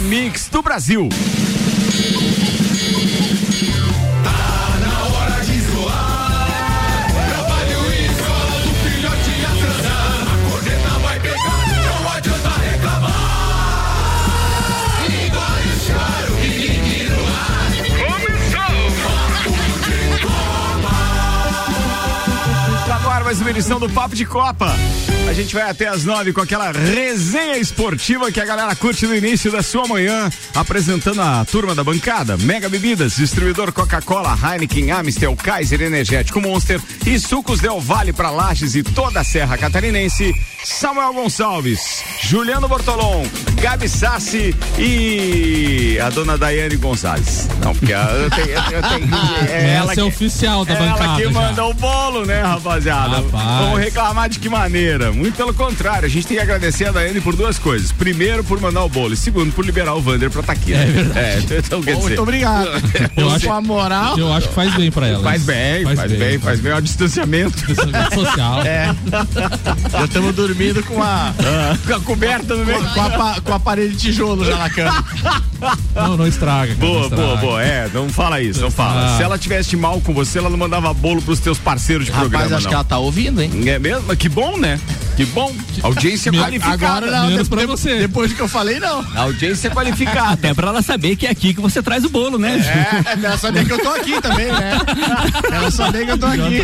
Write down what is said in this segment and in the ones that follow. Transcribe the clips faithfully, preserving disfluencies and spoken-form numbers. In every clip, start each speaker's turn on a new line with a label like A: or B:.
A: mix do Brasil. Mais uma edição do Papo de Copa. A gente vai até as nove com aquela resenha esportiva que a galera curte no início da sua manhã, apresentando a turma da bancada. Mega Bebidas, distribuidor Coca-Cola, Heineken, Amstel, Kaiser, Energético Monster e sucos Del Valle para Lages e toda a Serra Catarinense. Samuel Gonçalves, Juliano Bortolom, Gabi Sassi e a dona Daiane Gonçalves. Não, porque a, eu tenho, eu tenho, é ela
B: que é oficial da bancada.
A: Ela que
B: já.
A: manda o bolo, né, rapaziada?
B: Rapaz.
A: Vamos reclamar de que maneira? Muito pelo contrário, a gente tem que agradecer a Daiane por duas coisas. Primeiro, por mandar o bolo, e segundo, por liberar o Vander pra estar aqui.
B: É
A: né?
B: verdade.
A: É, então, quer dizer,
C: muito obrigado.
B: Eu acho,
C: com a moral.
B: eu acho que faz bem pra ela.
A: Faz bem, faz, faz bem, bem, faz bem. É o distanciamento.
B: Distanciamento social.
C: É. Já estamos dormindo com a,
A: com a coberta no meio.
C: com, a, com a parede de tijolo já na cama.
B: Não, não estraga. Cara,
A: Boa,
B: não estraga.
A: boa, boa. É, não fala isso, não fala.
B: Ah.
A: Se ela tivesse mal com você, ela não mandava bolo pros teus parceiros de
C: Rapaz,
A: programa,
C: acho
A: não.
C: que ela tá ouvindo, hein?
A: É mesmo? Que bom, né? Que bom. Audiência
B: Me-
A: qualificada.
C: Agora não,
B: Menos
C: de-
B: pra
C: de-
B: você.
C: Depois do que eu falei, não.
A: Audiência qualificada.
D: Até pra ela saber que é aqui que você traz o bolo, né?
C: É, ela saber que eu tô aqui também, né? Ela saber que eu tô aqui.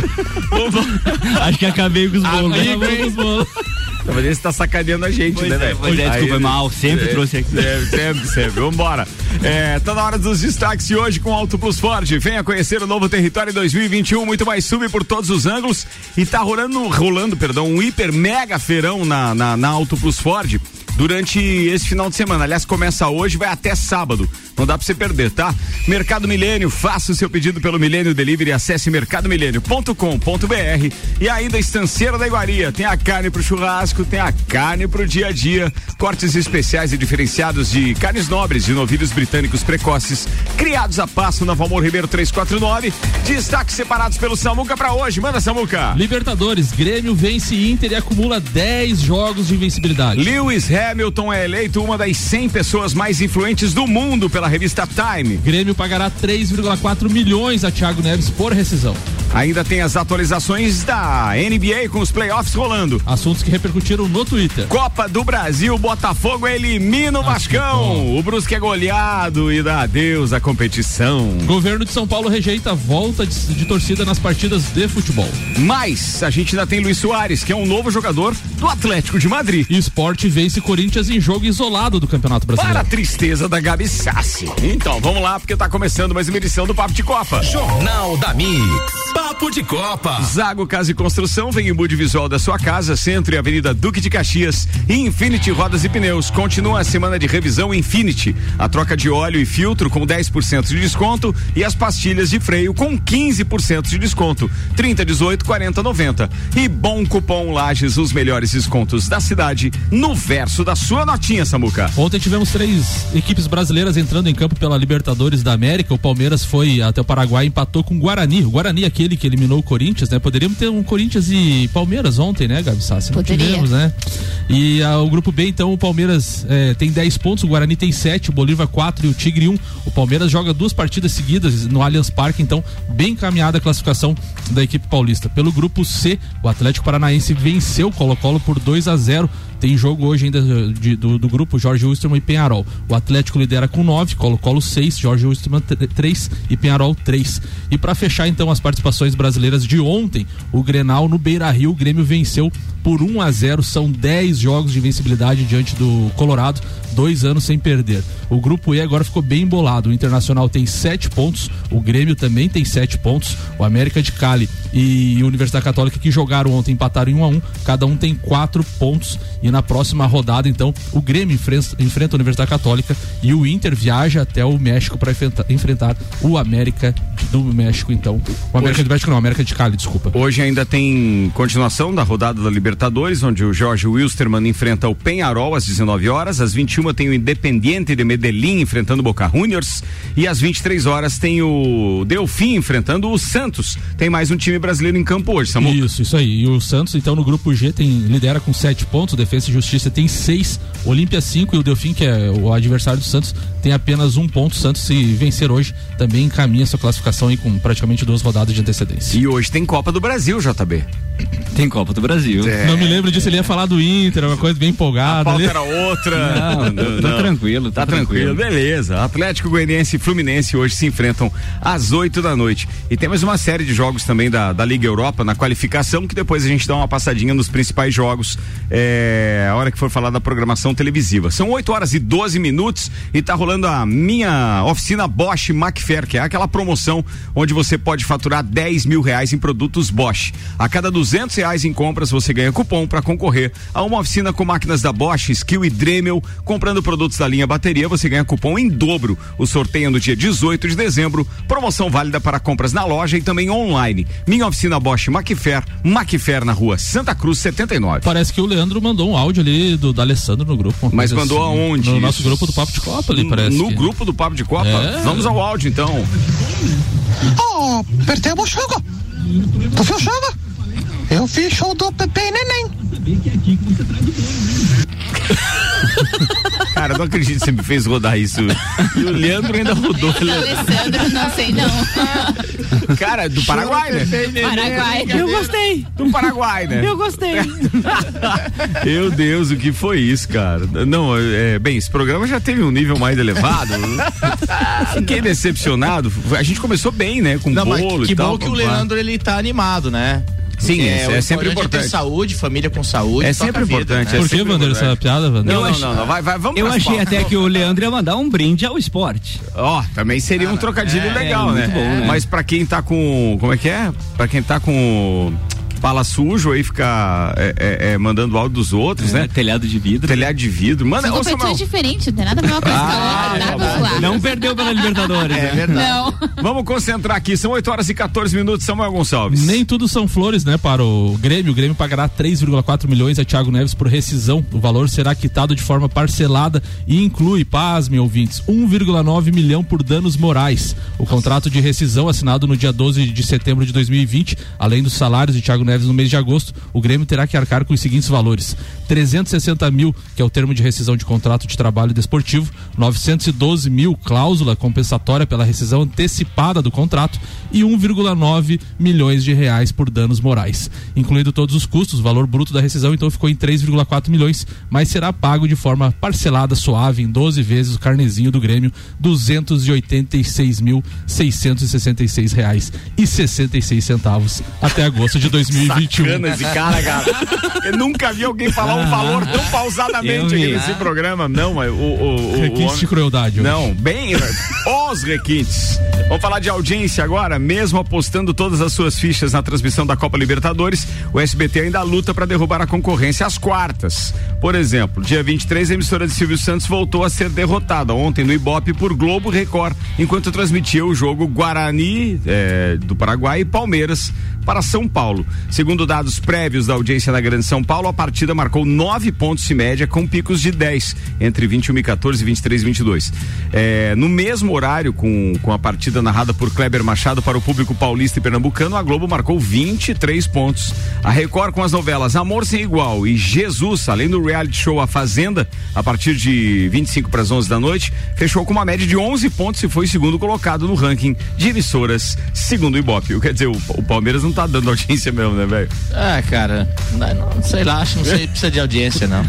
D: Acho que acabei com os bolos. né?
B: Acabei com os bolos.
A: Mas ele tá sacaneando a gente,
D: Pois
A: né,
D: é,
A: velho?
D: pois é, desculpa, mal, sempre trouxe aqui.
A: Sempre, sempre, sempre. Vambora. É, tá na hora dos destaques de hoje com Auto Plus Ford. Venha conhecer o novo território dois mil e vinte e um, muito mais sub por todos os ângulos. E tá rolando, rolando, perdão, um hiper mega feirão na, na, na Auto Plus Ford durante esse final de semana. Aliás, começa hoje, vai até sábado. Não dá pra você perder, tá? Mercado Milênio, faça o seu pedido pelo Milênio Delivery, acesse mercado milênio ponto com ponto b r. E ainda Estanceira da Iguaria, tem a carne pro churrasco, tem a carne pro dia a dia, cortes especiais e diferenciados de carnes nobres de novilhos britânicos precoces, criados a passo na Valmor Ribeiro trezentos e quarenta e nove. Destaques separados pelo Samuca pra hoje. Manda, Samuca.
B: Libertadores, Grêmio vence Inter e acumula dez jogos de invencibilidade.
A: Lewis Hamilton é eleito uma das cem pessoas mais influentes do mundo pela revista Time.
B: Grêmio pagará três vírgula quatro milhões a Thiago Neves por rescisão.
A: Ainda tem as atualizações da N B A com os playoffs rolando.
B: Assuntos que repercutiram no Twitter.
A: Copa do Brasil, Botafogo elimina o
B: Ah,
A: Vascão. O Brusque é goleado e dá adeus à competição.
B: Governo de São Paulo rejeita a volta de, de torcida nas partidas de futebol.
A: Mas a gente ainda tem Luiz Soares, que é um novo jogador do Atlético de Madrid.
B: E Sport vence Corinthians em jogo isolado do Campeonato
A: Para a
B: Brasileiro.
A: tristeza da Gabi Sassi. Então, vamos lá, porque tá começando mais uma edição do Papo de Copa.
E: Jornal da Mix. Papo de Copa.
A: Zago Casa e Construção vem em Bud Visual da sua casa, Centro e Avenida Duque de Caxias. E Infinity Rodas e Pneus. Continua a semana de revisão Infinity. A troca de óleo e filtro com dez por cento de desconto e as pastilhas de freio com quinze por cento de desconto. trinta, dezoito, quarenta, noventa. E Bom Cupom Lages, os melhores descontos da cidade no verso da sua notinha, Samuca.
B: Ontem tivemos três equipes brasileiras entrando em campo pela Libertadores da América. O Palmeiras foi até o Paraguai e empatou com o Guarani. O Guarani, aquele que eliminou o Corinthians, né? Poderíamos ter um Corinthians e Palmeiras ontem, né, Gabi Sassi?
F: Poderia.
B: Tivemos, né? E ah, o grupo B, então, o Palmeiras eh, tem dez pontos, o Guarani tem sete, o Bolívar quatro e o Tigre um. O Palmeiras joga duas partidas seguidas no Allianz Parque, então, bem encaminhada a classificação da equipe paulista. Pelo grupo C, o Atlético Paranaense venceu o Colo-Colo por dois a zero. Tem jogo hoje ainda de, do, do grupo Jorge Wilstermann e Penharol. O Atlético lidera com nove, Colo-Colo seis, Jorge Wilstermann três e Penharol três. E para fechar então as participações brasileiras de ontem, o Grenal no Beira-Rio, o Grêmio venceu por um a zero, são dez jogos de invencibilidade diante do Colorado, dois anos sem perder. O grupo E agora ficou bem embolado. O Internacional tem sete pontos, o Grêmio também tem sete pontos, o América de Cali e a Universidade Católica, que jogaram ontem, empataram em um a um, cada um tem quatro pontos. E na próxima rodada, então, o Grêmio enfrenta, enfrenta a Universidade Católica e o Inter viaja até o México para enfrentar, enfrentar o América do México, então. O América
A: Hoje,
B: do México não, o América de Cali, desculpa.
A: Hoje ainda tem continuação da rodada da Libertadores Libertadores, onde o Jorge Wilstermann enfrenta o Peñarol às dezenove horas, às vinte e uma tem o Independiente de Medellín enfrentando o Boca Juniors e às vinte e três horas tem o Delfim enfrentando o Santos. Tem mais um time brasileiro em campo hoje, Samuca.
B: Isso, isso aí. E o Santos, então, no grupo G tem, lidera com sete pontos, Defensa e Justiça tem seis, Olímpia cinco e o Delfim, que é o adversário do Santos, tem apenas um ponto. O Santos, se vencer hoje, também encaminha sua classificação aí com praticamente duas rodadas de antecedência.
A: E hoje tem Copa do Brasil, J B.
D: Tem Copa do Brasil.
B: É. Não me lembro disso, ele ia falar do Inter, uma coisa bem empolgada.
A: A pauta
B: ali.
A: era outra.
D: Não, não, tá não. tranquilo, tá,
A: tá tranquilo. tranquilo. Beleza. Atlético Goianiense e Fluminense hoje se enfrentam às oito da noite. E tem mais uma série de jogos também da, da Liga Europa na qualificação, que depois a gente dá uma passadinha nos principais jogos, é, a hora que for falar da programação televisiva. São oito horas e doze minutos e tá rolando a minha oficina Bosch Macfair, que é aquela promoção onde você pode faturar dez mil reais em produtos Bosch. A cada duzentos reais em compras você ganha cupom para concorrer a uma oficina com máquinas da Bosch, Skill e Dremel. Comprando produtos da linha bateria você ganha cupom em dobro. O sorteio é no dia dezoito de dezembro, promoção válida para compras na loja e também online. Minha oficina Bosch Macfair, Macfair na rua Santa Cruz setenta e nove.
B: Parece que o Leandro mandou um áudio ali do, do Alessandro no grupo.
A: Mas mandou assim, aonde?
B: No nosso grupo do Papo de Copa ali, parece.
A: No
B: que...
A: grupo do Papo de Copa?
B: É.
A: Vamos ao áudio então.
F: Oh, perdemos o jogo. Tu viu o jogo? Eu vi show do Pepe e Neném.
A: Cara, não acredito que você me fez rodar isso. E o Leandro ainda rodou.
G: Alessandro, não sei não.
A: Cara, do Paraguai, né?
G: Paraguai.
A: Eu gostei. Do Paraguai, né?
G: Eu gostei.
A: Meu Deus, o que foi isso, cara? Não, é, bem, esse programa já teve um nível mais elevado. Fiquei decepcionado. A gente começou bem, né? Com
C: não,
A: bolo
C: que
A: e tal.
C: Que bom que o Leandro, ele tá animado, né?
A: Sim, é, é, é sempre importante.
C: É ter saúde, família com saúde.
A: É sempre importante.
C: Vida, né?
B: Por que, Wander, essa piada, Wander?
A: Não, não, não, não, vai, vai, vamos
D: Eu achei até que o Leandro ia mandar um brinde ao esporte.
A: Ó, oh, também seria um trocadilho
D: é,
A: legal,
D: é
A: né?
D: Muito bom, né?
A: Mas pra quem tá com, como é que é? Pra quem tá com pala sujo aí, ficar é, é, é, mandando áudio dos outros, é, né?
D: Telhado de vidro.
A: Telhado de vidro. Manda,
G: São competições diferentes, não tem nada a ver uma coisa com a outra, dá pra zoar.
D: Não perdeu pela Libertadores.
A: É verdade.
G: Não.
A: Vamos concentrar aqui, são oito horas e quatorze minutos, Samuel Gonçalves.
B: Nem tudo são flores, né, para o Grêmio. O Grêmio pagará três vírgula quatro milhões a Thiago Neves por rescisão. O valor será quitado de forma parcelada e inclui, pasmem ouvintes, um vírgula nove milhão por danos morais. O contrato de rescisão assinado no dia doze de setembro de dois mil e vinte, além dos salários de Thiago Neves no mês de agosto, o Grêmio terá que arcar com os seguintes valores: trezentos e sessenta mil, que é o termo de rescisão de contrato de trabalho desportivo, novecentos e doze mil, cláusula compensatória pela rescisão antecipada do contrato, e um vírgula nove milhões de reais por danos morais. Incluindo todos os custos, o valor bruto da rescisão então ficou em três vírgula quatro milhões, mas será pago de forma parcelada, suave, em doze vezes o carnezinho do Grêmio, duzentos e oitenta e seis mil, seiscentos e sessenta e seis reais e sessenta e seis centavos até agosto de dois mil e vinte e um.
A: Sacana esse cara, cara. Eu nunca vi alguém falar um valor tão pausadamente aqui nesse programa. Não, mas o, o, o
B: requintes
A: homem...
B: de crueldade. Hoje.
A: Não, bem, os requintes. Vamos falar de audiência agora. Mesmo apostando todas as suas fichas na transmissão da Copa Libertadores, o S B T ainda luta para derrubar a concorrência às quartas. Por exemplo, dia vinte e três, a emissora de Silvio Santos voltou a ser derrotada ontem no Ibope por Globo Record, enquanto transmitia o jogo Guarani é, do Paraguai e Palmeiras para São Paulo. Segundo dados prévios da audiência na Grande São Paulo, a partida marcou nove pontos de média, com picos de dez entre vinte e uma e quatorze, vinte e três e vinte e dois. É, no mesmo horário, com, com a partida narrada por Kleber Machado para o público paulista e pernambucano, a Globo marcou vinte e três pontos. A Record, com as novelas Amor Sem Igual e Jesus, além do reality show A Fazenda, a partir de vinte e cinco para as onze da noite, fechou com uma média de onze pontos e foi segundo colocado no ranking de emissoras, segundo o Ibope. Quer dizer, o, o Palmeiras não tá dando audiência mesmo, né, velho?
C: Ah, cara, não, não sei lá, acho que não sei, precisa de audiência, não.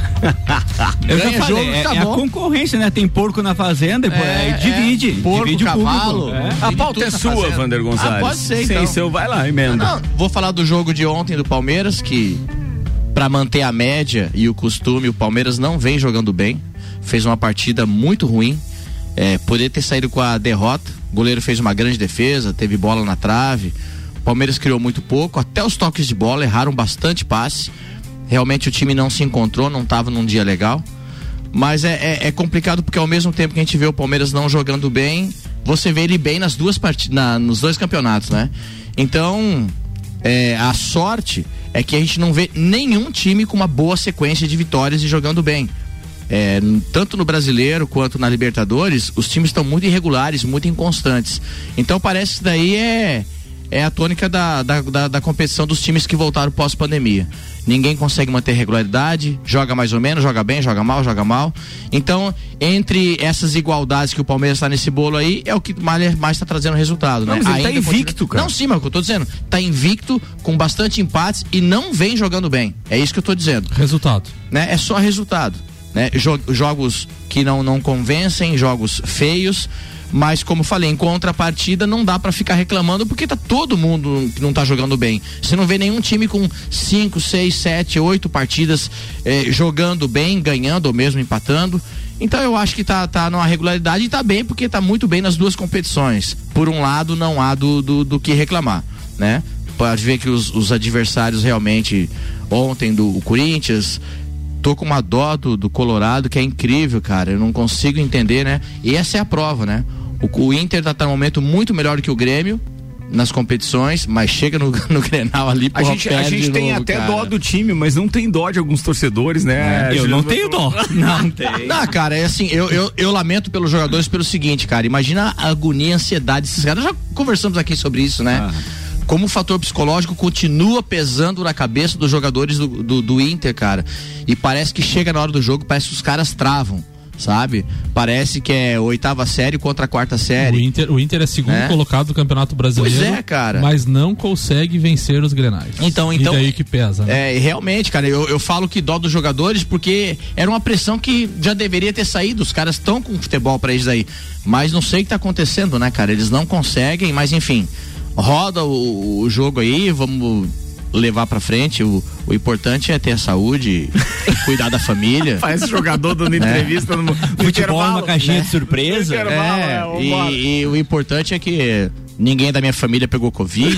D: Eu já
C: Ganha
D: falei,
C: jogo,
D: é,
C: tá
D: é a
C: bom.
D: concorrência, né? Tem porco na fazenda,
C: É,
D: é, divide.
C: é, porco,
D: divide
C: cavalo.
D: o público. É.
A: A pauta é sua, Wander Gonçalves.
C: Ah, pode ser,
A: Sem
C: então.
A: seu, vai lá, emenda.
C: Não, vou falar do jogo de ontem do Palmeiras, que pra manter a média e o costume, o Palmeiras não vem jogando bem, fez uma partida muito ruim, é, poderia ter saído com a derrota, o goleiro fez uma grande defesa, teve bola na trave, o Palmeiras criou muito pouco, até os toques de bola, erraram bastante passe, realmente o time não se encontrou, não estava num dia legal, mas é, é, é complicado porque ao mesmo tempo que a gente vê o Palmeiras não jogando bem, você vê ele bem nas duas partidas, na, nos dois campeonatos, né? Então, é, a sorte é que a gente não vê nenhum time com uma boa sequência de vitórias e jogando bem. É, tanto no Brasileiro quanto na Libertadores, os times estão muito irregulares, muito inconstantes. Então parece que daí é, é a tônica da, da, da, da competição dos times que voltaram pós-pandemia. Ninguém consegue manter regularidade, joga mais ou menos, joga bem, joga mal, joga mal. Então, entre essas igualdades que o Palmeiras está nesse bolo aí, é o que mais está trazendo resultado, né?
A: Não, mas ele
C: Ainda
A: tá invicto,
C: continua...
A: cara.
C: Não, sim, mas o que eu tô dizendo, tá invicto, com bastante empates e não vem jogando bem. É isso que eu tô dizendo.
B: Resultado. Né?
C: É só resultado. Né? Jogos que não, não convencem, jogos feios, mas como falei, em contrapartida não dá pra ficar reclamando porque tá todo mundo que não tá jogando bem. Você não vê nenhum time com cinco, seis, sete, oito partidas eh, jogando bem, ganhando ou mesmo empatando. Então eu acho que tá, tá numa regularidade e tá bem porque tá muito bem nas duas competições. Por um lado não há do, do, do que reclamar, né? Pode ver que os, os adversários realmente, ontem do Corinthians, tô com uma dó do, do Colorado que é incrível, cara, eu não consigo entender, né? E essa é a prova, né? O, o Inter tá, tá num momento muito melhor do que o Grêmio nas competições, mas chega no, no Grenal ali,
A: a gente, a gente tem
C: novo,
A: até
C: cara.
A: dó do time, mas não tem dó de alguns torcedores, né?
D: É, eu não tenho dó. Não tem.
C: Não, cara, é assim, eu, eu, eu lamento pelos jogadores pelo seguinte, cara, imagina a agonia, a ansiedade desses caras, já conversamos aqui sobre isso, né? Ah. Como o fator psicológico continua pesando na cabeça dos jogadores do, do, do Inter, cara. E parece que chega na hora do jogo, parece que os caras travam, sabe? Parece que é oitava série contra a quarta série.
B: O Inter, o Inter é segundo é. colocado do Campeonato Brasileiro.
C: Pois é, cara.
B: Mas não consegue vencer os Grenais.
C: Então, então.
B: E daí que pesa, né?
C: É, realmente, cara, eu, eu falo que dó dos jogadores porque era uma pressão que já deveria ter saído. Os caras estão com futebol pra eles aí. Mas não sei o que tá acontecendo, né, cara? Eles não conseguem, mas enfim. Roda o, o jogo aí, vamos levar pra frente. O, o importante é ter a saúde, cuidar da família.
A: Parece jogador dando entrevista no, no
D: futebol numa caixinha, né? De surpresa.
C: É, é, e, e o importante é que ninguém da minha família pegou Covid.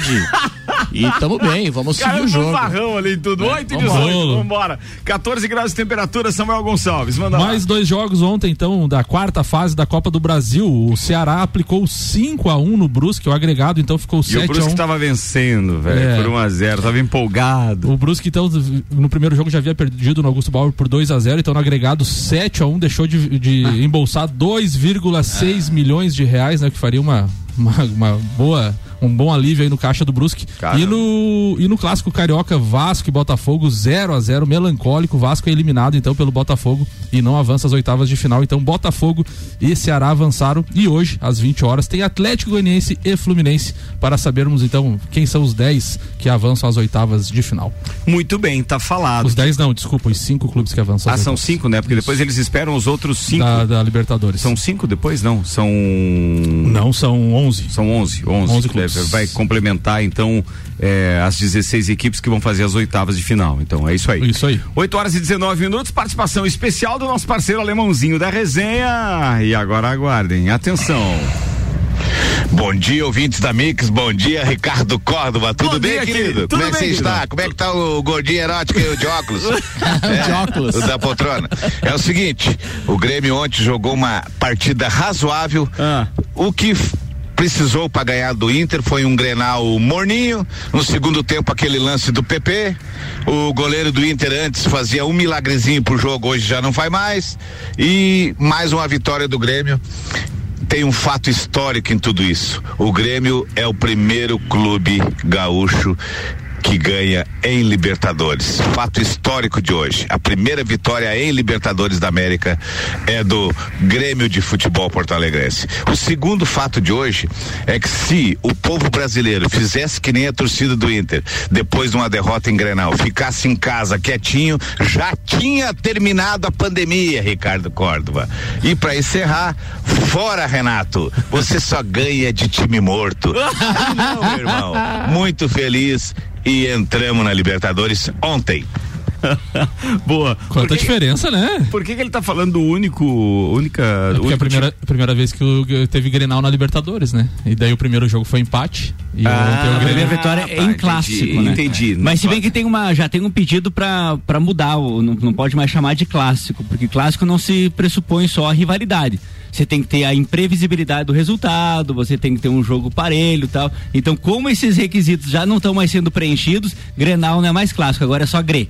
C: E tamo bem, vamos seguir o jogo.
A: Farrão ali em tudo, é, oito e dezoito, vambora. quatorze graus de temperatura, Samuel Gonçalves, manda lá.
B: Mais dois jogos ontem, então, da quarta fase da Copa do Brasil. O Ceará aplicou cinco a um no Brusque, o agregado, então, ficou sete a um.
A: E o Brusque tava vencendo, velho, é. por um a zero, tava empolgado.
B: O Brusque, então, no primeiro jogo já havia perdido no Augusto Bauer por dois a zero, então no agregado sete a um, deixou de, de ah. embolsar dois vírgula seis ah. milhões de reais, né, que faria uma, uma, uma boa... um bom alívio aí no caixa do Brusque. E no, e no clássico carioca, Vasco e Botafogo zero a zero, melancólico. Vasco é eliminado então pelo Botafogo e não avança às oitavas de final. Então Botafogo e Ceará avançaram e hoje às vinte horas tem Atlético Goianiense e Fluminense para sabermos então quem são os dez que avançam às oitavas de final.
A: Muito bem, tá falado.
B: Os dez não, desculpa, os cinco clubes que avançam.
A: Ah, são cinco, né? Porque Isso. depois eles esperam os outros cinco.
B: Da, da Libertadores.
A: São cinco depois? Não, são...
B: Não, são onze.
A: São onze, onze. onze clubes. Vai complementar então é, as dezesseis equipes que vão fazer as oitavas de final. Então é isso aí.
B: Isso aí.
A: oito horas e dezenove minutos, participação especial do nosso parceiro alemãozinho da resenha. E agora aguardem, atenção.
H: Bom dia, ouvintes da Mix, bom dia, Ricardo Córdova, tudo
A: bom
H: bem,
A: dia,
H: querido?
A: querido?
H: Como
A: Tudo
H: é que você
A: bem,
H: está?
A: querido?
H: Como é que tá o gordinho erótico e o de óculos? é,
C: de óculos.
H: O da poltrona. É o seguinte, o Grêmio ontem jogou uma partida razoável, ah. o que f- precisou para ganhar do Inter foi um Grenal morninho, no segundo tempo aquele lance do P P, o goleiro do Inter antes fazia um milagrezinho pro jogo, hoje já não faz mais, e mais uma vitória do Grêmio. Tem um fato histórico em tudo isso. O Grêmio é o primeiro clube gaúcho que ganha em Libertadores. Fato histórico de hoje. A primeira vitória em Libertadores da América é do Grêmio de Futebol Porto-Alegrense. O segundo fato de hoje é que se o povo brasileiro fizesse que nem a torcida do Inter, depois de uma derrota em Grenal, ficasse em casa quietinho, já tinha terminado a pandemia, Ricardo Córdova. E para encerrar, fora Renato, você só ganha de time morto. Não, meu irmão. Muito feliz. E entramos na Libertadores ontem.
A: Boa.
B: Quanta
A: Por que,
B: diferença, né?
A: Por que, que ele tá falando do único, única...
B: É porque
A: único
B: é a primeira,
A: time...
B: primeira vez que o, teve Grenal na Libertadores, né? E daí o primeiro jogo foi empate. E
D: ah,
B: ontem o
D: a primeira
B: Grêmio...
D: vitória é em
A: entendi,
D: clássico, né?
A: Entendi.
D: Mas se bem que tem uma, já tem um pedido pra, pra mudar, não, não pode mais chamar de clássico, porque clássico não se pressupõe só a rivalidade. você tem que ter a imprevisibilidade do resultado, você tem que ter um jogo parelho e tal. Então, como esses requisitos já não estão mais sendo preenchidos, Grenal não é mais clássico, agora é só Gre.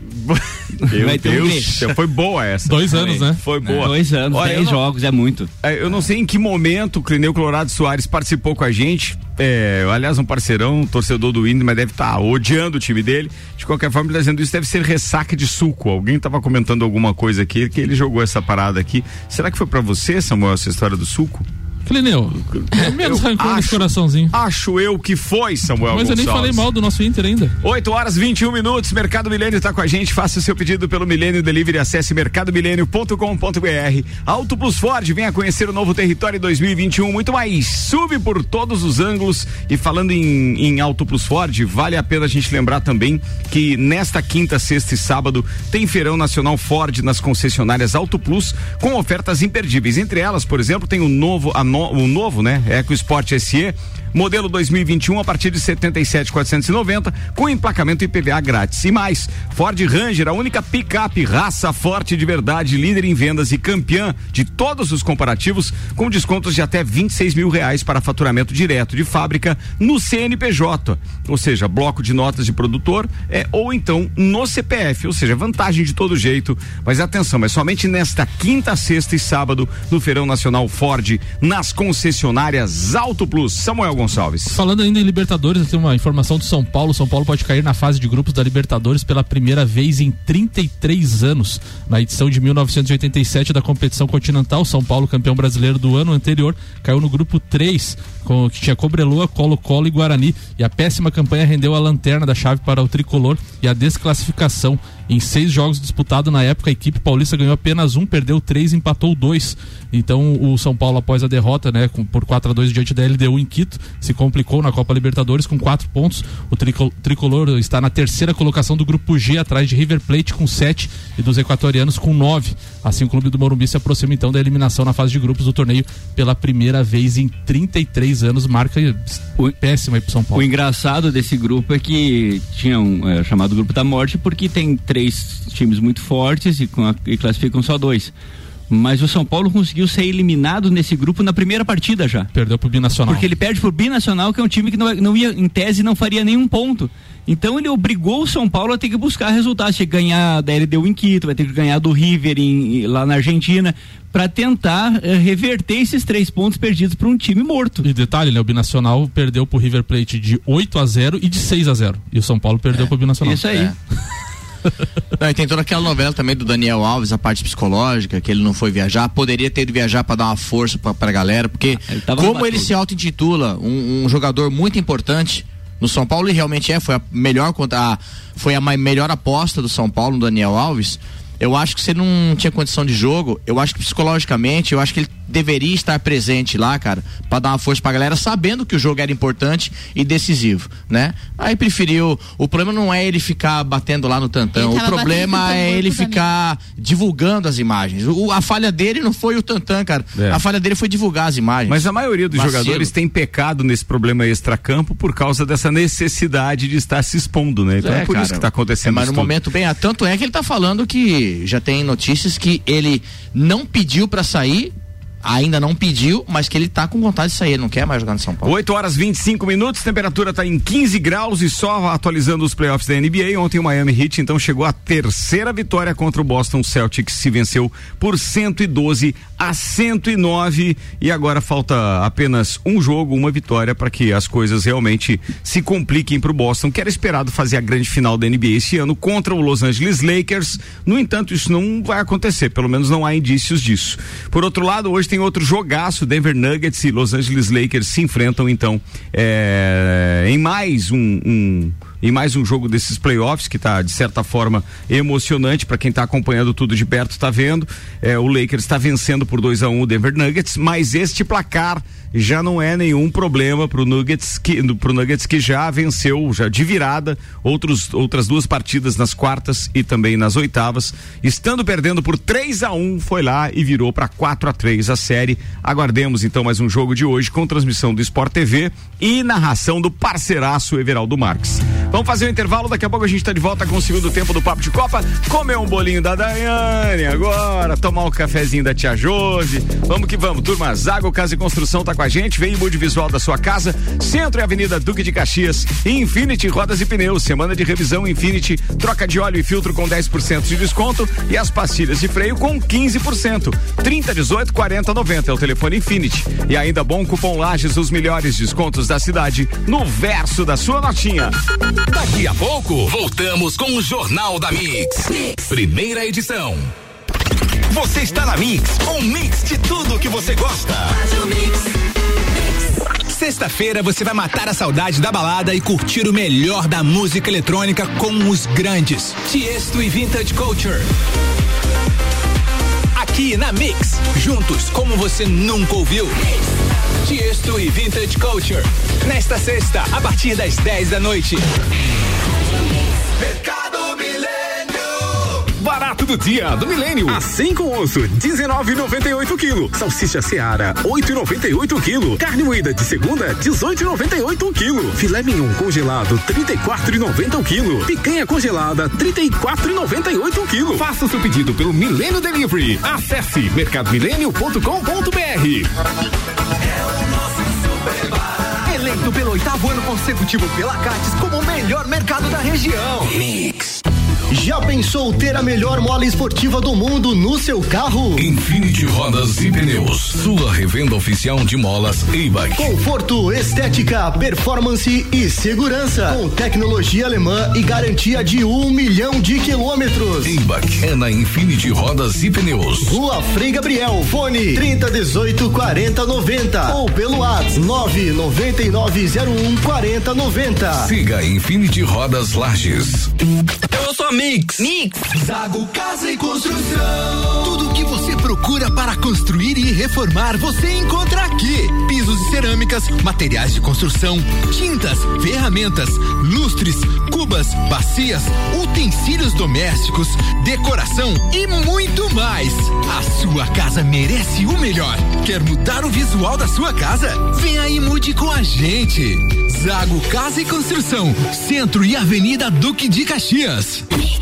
A: Meu Vai ter Deus, um foi boa essa.
B: Dois anos, né?
A: Foi boa.
D: Dois anos,
A: Olha,
D: dez
A: não,
D: jogos, é muito.
A: Eu não sei em que momento o Clineu Colorado Soares participou com a gente. É, aliás, um parceirão, um torcedor do Inter, mas deve estar tá odiando o time dele. De qualquer forma, ele tá dizendo isso, deve ser ressaca de suco. Alguém estava comentando alguma coisa aqui, que ele jogou essa parada aqui. Será que foi pra você, Samuel, essa história do suco?
B: Clineu, é menos rancor nesse coraçãozinho.
A: Acho eu que foi, Samuel
B: Mas
A: Gonçalves.
B: eu nem falei mal do nosso Inter ainda.
A: oito horas e vinte e um minutos, Mercado Milênio está com a gente, faça o seu pedido pelo Milênio Delivery, acesse mercado milênio ponto com ponto b r. Auto Plus Ford, venha conhecer o novo território dois mil e vinte e um, muito mais, sube por todos os ângulos. E falando em, em Auto Plus Ford, vale a pena a gente lembrar também que nesta quinta, sexta e sábado tem Feirão Nacional Ford nas concessionárias Auto Plus com ofertas imperdíveis, entre elas, por exemplo, tem o novo, a no, o novo, né, EcoSport S E, modelo dois mil e vinte e um a partir de setenta e sete mil quatrocentos e noventa com emplacamento I P V A grátis. E mais, Ford Ranger, a única picape raça forte de verdade, líder em vendas e campeã de todos os comparativos, com descontos de até vinte e seis mil reais para faturamento direto de fábrica no C N P J, ou seja, bloco de notas de produtor, é, ou então no C P F, ou seja, vantagem de todo jeito. Mas atenção, é somente nesta quinta, sexta e sábado no Feirão Nacional Ford nas concessionárias Auto Plus. Samuel Gonçalves. Gonçalves.
B: Falando ainda em Libertadores, tem uma informação do São Paulo. São Paulo pode cair na fase de grupos da Libertadores pela primeira vez em trinta e três anos. Na edição de mil novecentos e oitenta e sete da competição continental, São Paulo, campeão brasileiro do ano anterior, caiu no grupo três, com, que tinha Cobreloa, Colo-Colo e Guarani. E a péssima campanha rendeu a lanterna da chave para o tricolor e a desclassificação. Em seis jogos disputados na época, a equipe paulista ganhou apenas um, perdeu três, empatou dois. Então o São Paulo, após a derrota, né, com, por quatro a dois diante da L D U em Quito, se complicou na Copa Libertadores com quatro pontos. O tricol, tricolor está na terceira colocação do grupo G, atrás de River Plate com sete e dos equatorianos com nove. Assim, o clube do Morumbi se aproxima então da eliminação na fase de grupos do torneio pela primeira vez em trinta e três anos, marca o, péssima aí pro São Paulo.
D: O engraçado desse grupo é que tinha um é, chamado Grupo da Morte, porque tem três times muito fortes e, com a, e classificam só dois. Mas o São Paulo conseguiu ser eliminado nesse grupo na primeira partida já.
B: Perdeu pro Binacional.
D: Porque ele perde pro Binacional, que é um time que não, não ia, em tese, não faria nenhum ponto. Então ele obrigou o São Paulo a ter que buscar resultados. Tinha que ganhar da L D U em Quito, vai ter que ganhar do River em, lá na Argentina, para tentar uh, reverter esses três pontos perdidos para um time morto.
B: E detalhe, né? O Binacional perdeu pro River Plate de oito a zero e de seis a zero. E o São Paulo perdeu é, pro Binacional.
D: Isso aí.
C: É. Não, e tem toda aquela novela também do Daniel Alves, a parte psicológica, que ele não foi viajar, poderia ter ido viajar para dar uma força pra, pra galera, porque ele como ele se auto-intitula um, um jogador muito importante no São Paulo, e realmente é, foi a melhor a, foi a melhor aposta do São Paulo, no Daniel Alves. Eu acho que se ele não tinha condição de jogo, eu acho que psicologicamente, eu acho que ele deveria estar presente lá, cara, pra dar uma força pra galera, sabendo que o jogo era importante e decisivo, né? Aí preferiu, o problema não é ele ficar batendo lá no tantão, o problema é ele ficar divulgando as imagens. O, a falha dele não foi o tantã, cara, é. A falha dele foi divulgar as imagens.
A: Mas a maioria dos
C: Vacilo.
A: jogadores tem pecado nesse problema extracampo por causa dessa necessidade de estar se expondo, né? Então é, é por cara, isso que tá acontecendo
C: é, mas
A: isso
C: no
A: tudo.
C: momento bem, tanto é que ele tá falando que já tem notícias que ele não pediu pra sair, ainda não pediu, mas que ele tá com vontade de sair, ele não quer mais jogar no São Paulo.
A: oito horas e vinte e cinco minutos, temperatura tá em quinze graus e só atualizando os playoffs da N B A, ontem o Miami Heat então chegou à terceira vitória contra o Boston Celtics, se venceu por cento e doze a cento e nove e agora falta apenas um jogo, uma vitória para que as coisas realmente se compliquem pro Boston, que era esperado fazer a grande final da N B A esse ano contra o Los Angeles Lakers. No entanto, isso não vai acontecer, pelo menos não há indícios disso. Por outro lado, hoje tem Tem outro jogaço, Denver Nuggets e Los Angeles Lakers se enfrentam então é, em mais um, um em mais um jogo desses playoffs que tá de certa forma emocionante para quem tá acompanhando tudo de perto, tá vendo, é, o Lakers está vencendo por dois a um o Denver Nuggets, mas este placar já não é nenhum problema pro Nuggets que, pro Nuggets que já venceu já de virada outros, outras duas partidas nas quartas e também nas oitavas, estando perdendo por três a um, foi lá e virou para quatro a três a série. Aguardemos então mais um jogo de hoje com transmissão do Sport T V e narração do parceiraço Everaldo Marques. Vamos fazer um intervalo, daqui a pouco a gente tá de volta com o segundo tempo do Papo de Copa, comer um bolinho da Daiane agora, tomar um cafezinho da tia Josi. Vamos que vamos, turma. Zago Casa e Construção tá com a gente, vem em Mude Visual da sua casa, Centro e Avenida Duque de Caxias, Infinity Rodas e Pneus, semana de revisão Infinity, troca de óleo e filtro com dez por cento de desconto e as pastilhas de freio com quinze por cento. trinta, dezoito, quarenta, noventa é o telefone Infinity. E ainda bom cupom Lages, os melhores descontos da cidade no verso da sua notinha.
E: Daqui a pouco, voltamos com o Jornal da Mix. Primeira edição. Você está na Mix, um mix de tudo que você gosta. Sexta-feira você vai matar a saudade da balada e curtir o melhor da música eletrônica com os grandes. Tiesto e Vintage Culture. Aqui na Mix, juntos como você nunca ouviu. Tiesto e Vintage Culture. Nesta sexta, a partir das dez da noite.
I: Mercado Milênio.
E: Barato do dia do Milênio. Assim com osso, dezenove e noventa e oito quilo. Salsicha Seara, oito e noventa e oito quilo. Carne moída de segunda, dezoito e noventa e oito quilo. Filé mignon congelado, trinta e quatro e noventa o quilo. Picanha congelada, trinta e quatro e noventa e oito quilo. Faça o seu pedido pelo Milênio Delivery. Acesse mercado milênio ponto com ponto br.
I: É o nosso Super.
E: Eleito pelo oitavo ano consecutivo pela Cates como o melhor mercado da região.
I: Mix. Já pensou ter a melhor mola esportiva do mundo no seu carro?
E: Infinity Rodas e Pneus, sua revenda oficial de molas e-bike.
I: Conforto, estética, performance e segurança. Com tecnologia alemã e garantia de um milhão de quilômetros.
E: E-bike é na Infinity Rodas e Pneus.
I: Rua Frei Gabriel, fone trinta, dezoito, quarenta, noventa ou pelo WhatsApp nove nove nove zero um quarenta noventa.
E: Siga Infinity Rodas Lages.
I: Eu sou a Mix. Mix. Zago Casa e Construção. Tudo o que você procura para construir e reformar, você encontra aqui. Pisos e cerâmicas, materiais de construção, tintas, ferramentas, lustres, cubas, bacias, utensílios domésticos, decoração e muito mais. A sua casa merece o melhor. Quer mudar o visual da sua casa? Vem aí e mude com a gente. Zago Casa e Construção, Centro e Avenida Duque de Caxias.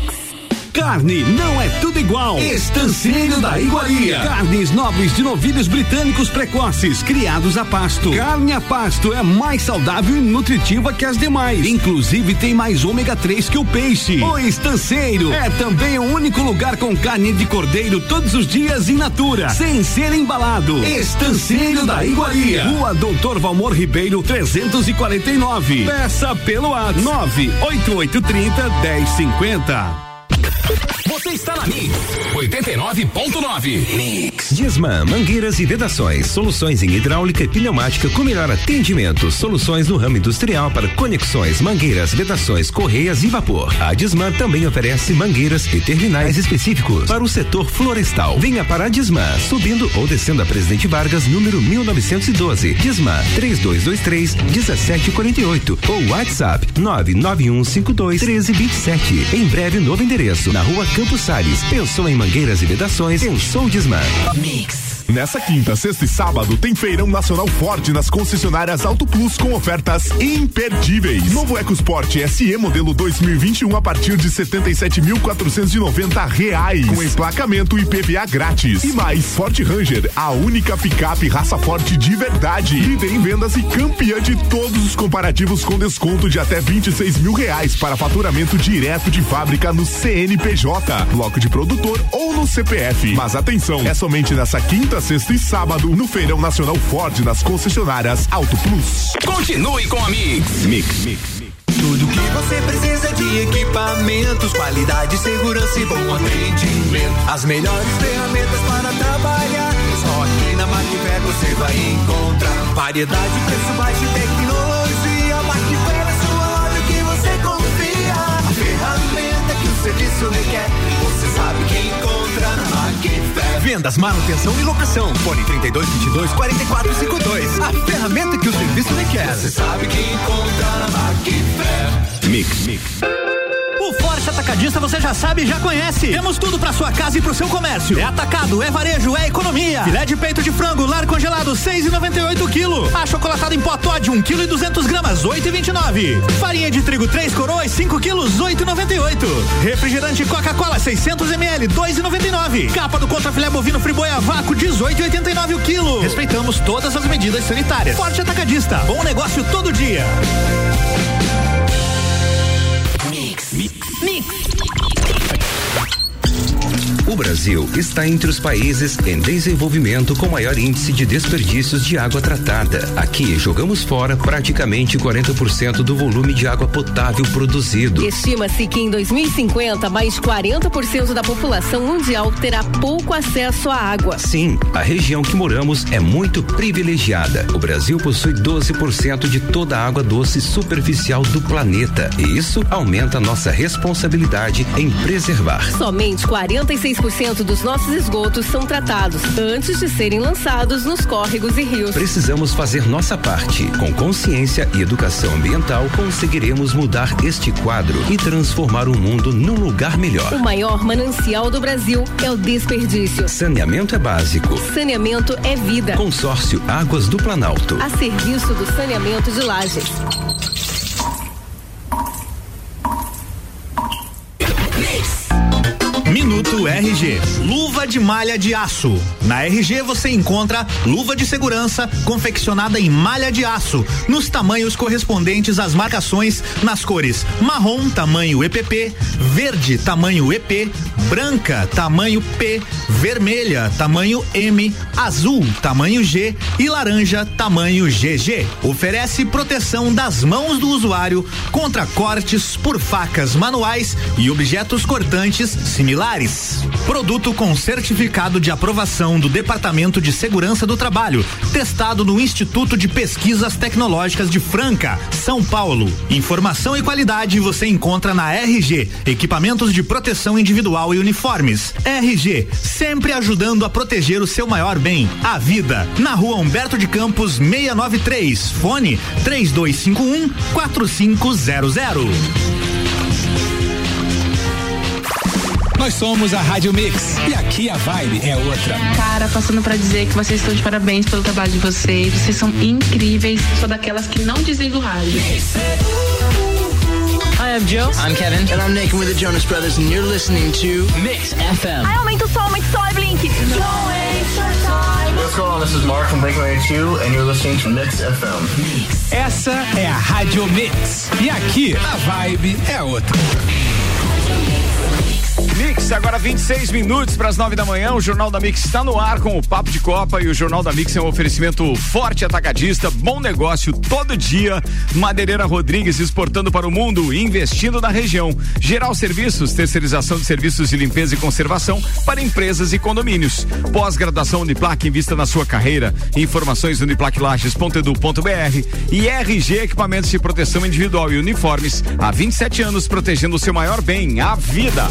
J: Carne não é tudo igual. Estanceiro da Iguaria. Carnes nobres de novilhos britânicos precoces, criados a pasto. Carne a pasto é mais saudável e nutritiva que as demais. Inclusive tem mais ômega três que o peixe. O Estanceiro é também o único lugar com carne de cordeiro todos os dias in natura, sem ser embalado. Estanceiro da Iguaria. Rua Doutor Valmor Ribeiro, trezentos e quarenta e nove. Peça pelo WhatsApp nove oito oito três zero, dez cinquenta.
E: Você está na Mix oitenta e nove ponto nove. Mix.
K: Disman, mangueiras e vedações, soluções em hidráulica e pneumática com melhor atendimento, soluções no ramo industrial para conexões, mangueiras, vedações, correias e vapor. A Disman também oferece mangueiras e terminais específicos para o setor florestal. Venha para a Disman, subindo ou descendo a Presidente Vargas, número mil novecentos e doze. Disman, três dois dois três, um sete quatro oito ou WhatsApp nove nove um cinco dois, um três dois sete. Em breve, novo endereço na Rua Campos Salles. Pensou em mangueiras e vedações? Pensou Disman.
L: Mix. Nessa quinta, sexta e sábado tem Feirão Nacional Ford nas concessionárias Auto Plus com ofertas imperdíveis. Novo EcoSport S E modelo dois mil e vinte e um a partir de setenta e sete mil quatrocentos e noventa reais, com emplacamento e P V A grátis. E mais, Ford Ranger, a única picape raça forte de verdade, líder em vendas e campeã de todos os comparativos com desconto de até vinte e seis mil reais para faturamento direto de fábrica no C N P J, bloco de produtor ou no C P F. Mas atenção, é somente nessa quinta, sexta e sábado no Feirão Nacional Ford nas concessionárias Auto Plus.
E: Continue com a Mix.
L: Mix, Mix.
I: Tudo que você precisa de equipamentos, qualidade, segurança e bom atendimento. As melhores ferramentas para trabalhar, só aqui na Macfer você vai encontrar. Variedade, preço baixo e tecnologia. Macfer é sua loja que você confia. A ferramenta que o serviço requer, você sabe que encontra na Macfer.
E: Vendas, manutenção e locação. Fone trinta e dois, vinte e dois, quarenta e quatro cinquenta e dois. A ferramenta que o serviço requer.
I: Você sabe que encontra na Macfer.
K: Mix, Mix.
M: O Forte Atacadista você já sabe e já conhece. Temos tudo pra sua casa e pro seu comércio. É atacado, é varejo, é economia. Filé de peito de frango, lar congelado, seis e noventa e oito quilo. Achocolatado em pó Toddy, um quilo e duzentos gramas, oito e vinte e nove. Farinha de trigo três coroas, cinco quilos, oito e noventa e oito. Refrigerante Coca-Cola, seiscentos mililitros, dois e noventa e nove. Capa do contra filé bovino friboi a vácuo, dezoito e oitenta e nove o quilo. Respeitamos todas as medidas sanitárias. Forte Atacadista, bom negócio todo dia.
I: Mix. Mix. Mix.
K: O Brasil está entre os países em desenvolvimento com maior índice de desperdícios de água tratada. Aqui jogamos fora praticamente quarenta por cento do volume de água potável produzido.
N: Estima-se que em dois mil e cinquenta mais quarenta por cento da população mundial terá pouco acesso à água.
K: Sim, a região que moramos é muito privilegiada. O Brasil possui doze por cento de toda a água doce superficial do planeta. E isso aumenta nossa responsabilidade em preservar.
N: Somente quarenta e seis por cento dos nossos esgotos são tratados antes de serem lançados nos córregos e rios.
K: Precisamos fazer nossa parte. Com consciência e educação ambiental, conseguiremos mudar este quadro e transformar o mundo num lugar melhor.
N: O maior manancial do Brasil é o desperdício.
K: Saneamento é básico.
N: Saneamento é vida.
K: Consórcio Águas do Planalto.
N: A serviço do saneamento de Lages.
M: Minuto R G. Luva de malha de aço. Na R G você encontra luva de segurança confeccionada em malha de aço, nos tamanhos correspondentes às marcações, nas cores marrom, tamanho E P P, verde, tamanho E P, branca, tamanho P, vermelha, tamanho M, azul, tamanho G e laranja, tamanho G G. Oferece proteção das mãos do usuário contra cortes por facas manuais e objetos cortantes similares. Produto com certificado de aprovação do Departamento de Segurança do Trabalho, testado no Instituto de Pesquisas Tecnológicas de Franca, São Paulo. Informação e qualidade você encontra na R G, equipamentos de proteção individual e uniformes. R G, sempre ajudando a proteger o seu maior bem, a vida. Na Rua Humberto de Campos, seiscentos e noventa e três, fone três dois cinco um, quatro cinco zero zero.
I: Nós somos a Rádio Mix e aqui a vibe é outra.
O: Cara, passando pra dizer que vocês estão de parabéns pelo trabalho de vocês. Vocês são incríveis. Sou daquelas que não desliga o rádio.
P: Hi, I'm Joe. I'm Kevin. And I'm Nick with the Jonas Brothers and you're listening to Mix F M.
Q: Ai, aumenta o som, aumenta o som, é Blink.
R: What's going on? This is Mark from Blink one eighty-two and you're listening to Mix F M. Mix.
I: Essa é a Rádio Mix e aqui a vibe é outra.
A: Mix, agora vinte e seis minutos para as nove da manhã. O Jornal da Mix está no ar com o Papo de Copa e o Jornal da Mix é um oferecimento Forte Atacadista, bom negócio todo dia. Madeireira Rodrigues exportando para o mundo, investindo na região. Geral Serviços, terceirização de serviços de limpeza e conservação para empresas e condomínios. Pós-graduação Uniplac, invista na sua carreira. Informações uniplac lages ponto edu ponto br e R G Equipamentos de Proteção Individual e Uniformes. Há vinte e sete anos protegendo o seu maior bem, a vida.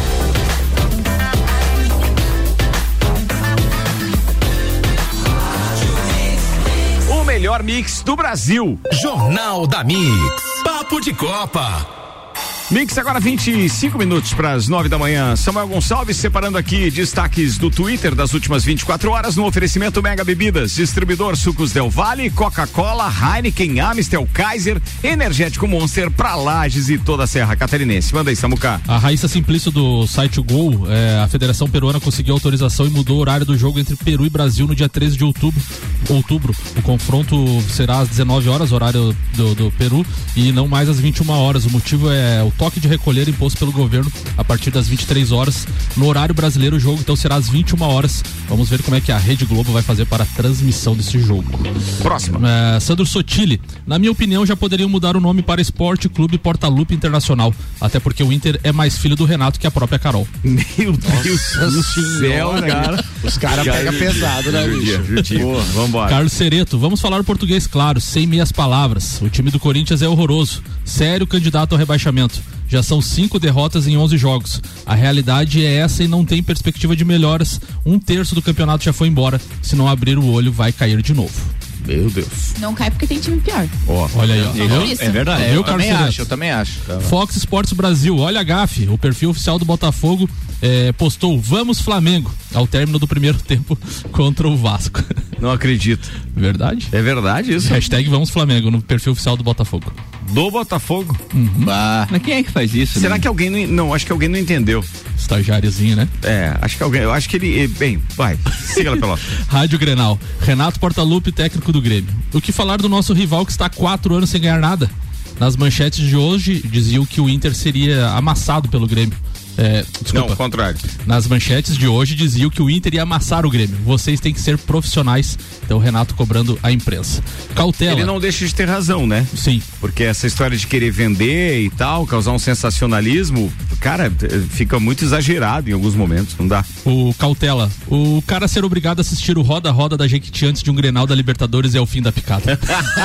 A: Melhor mix do Brasil.
I: Jornal da Mix. Papo de Copa.
A: Mix agora vinte e cinco minutos para as nove da manhã. Samuel Gonçalves separando aqui destaques do Twitter das últimas vinte e quatro horas no oferecimento Mega Bebidas, distribuidor Sucos Del Valle, Coca-Cola, Heineken, Amstel, Kaiser, Energético Monster para Lages e toda a Serra Catarinense. Manda aí, Samuca.
B: A Raíssa Simplício do site Gol, é, a Federação Peruana conseguiu autorização e mudou o horário do jogo entre Peru e Brasil no dia treze de outubro. outubro. O confronto será às dezenove horas, horário do, do Peru, e não mais às vinte e uma horas. O motivo é o toque de recolher imposto pelo governo a partir das vinte e três horas. No horário brasileiro o jogo então será às vinte e uma horas. Vamos ver como é que a Rede Globo vai fazer para a transmissão desse jogo.
A: Próximo.
B: É, Sandro Sotile, na minha opinião já poderiam mudar o nome para Esporte Clube Portalupe Internacional, até porque o Inter é mais filho do Renato que a própria Carol.
A: Meu Deus do céu, cara.
C: Os caras pegam pesado, né, bicho?
A: Boa, vambora.
B: Carlos Cereto, vamos falar o português claro, sem meias palavras. O time do Corinthians é horroroso, sério candidato ao rebaixamento. Já são cinco derrotas em onze jogos. A realidade é essa e não tem perspectiva de melhoras. Um terço do campeonato já foi embora. Se não abrir o olho, vai cair de novo.
A: Meu Deus.
G: Não cai porque tem time pior.
A: Ó,
B: olha aí, ó.
C: É verdade.
B: É,
C: eu,
B: eu
C: também acho, eu também acho.
B: Fox Sports Brasil, olha a gafe. O perfil oficial do Botafogo é, postou "Vamos Flamengo" ao término do primeiro tempo contra o Vasco.
A: Não acredito.
B: Verdade?
A: É verdade isso?
B: Hashtag Vamos Flamengo no perfil oficial do Botafogo.
A: Do Botafogo?
B: Uhum.
C: Bah.
D: Mas quem é que faz isso?
A: Será
D: né?
A: que alguém não, não, acho que alguém não entendeu.
B: Estagiáriozinho, né?
A: É, acho que alguém, eu acho que ele, bem, vai, siga lá pela.
B: Rádio Grenal, Renato Portaluppi, técnico do Grêmio. O que falar do nosso rival que está há quatro anos sem ganhar nada? Nas manchetes de hoje diziam que o Inter seria amassado pelo Grêmio. É, desculpa.
A: Não, ao contrário.
B: Nas manchetes de hoje diziam que o Inter ia amassar o Grêmio. Vocês têm que ser profissionais. Então o Renato cobrando a imprensa. Cautela.
A: Ele não deixa de ter razão, né?
B: Sim.
A: Porque essa história de querer vender e tal, causar um sensacionalismo, cara, fica muito exagerado em alguns momentos, não dá.
B: O Cautela, o cara ser obrigado a assistir o roda-roda da Jequiti antes de um Grenal da Libertadores é o fim da picada.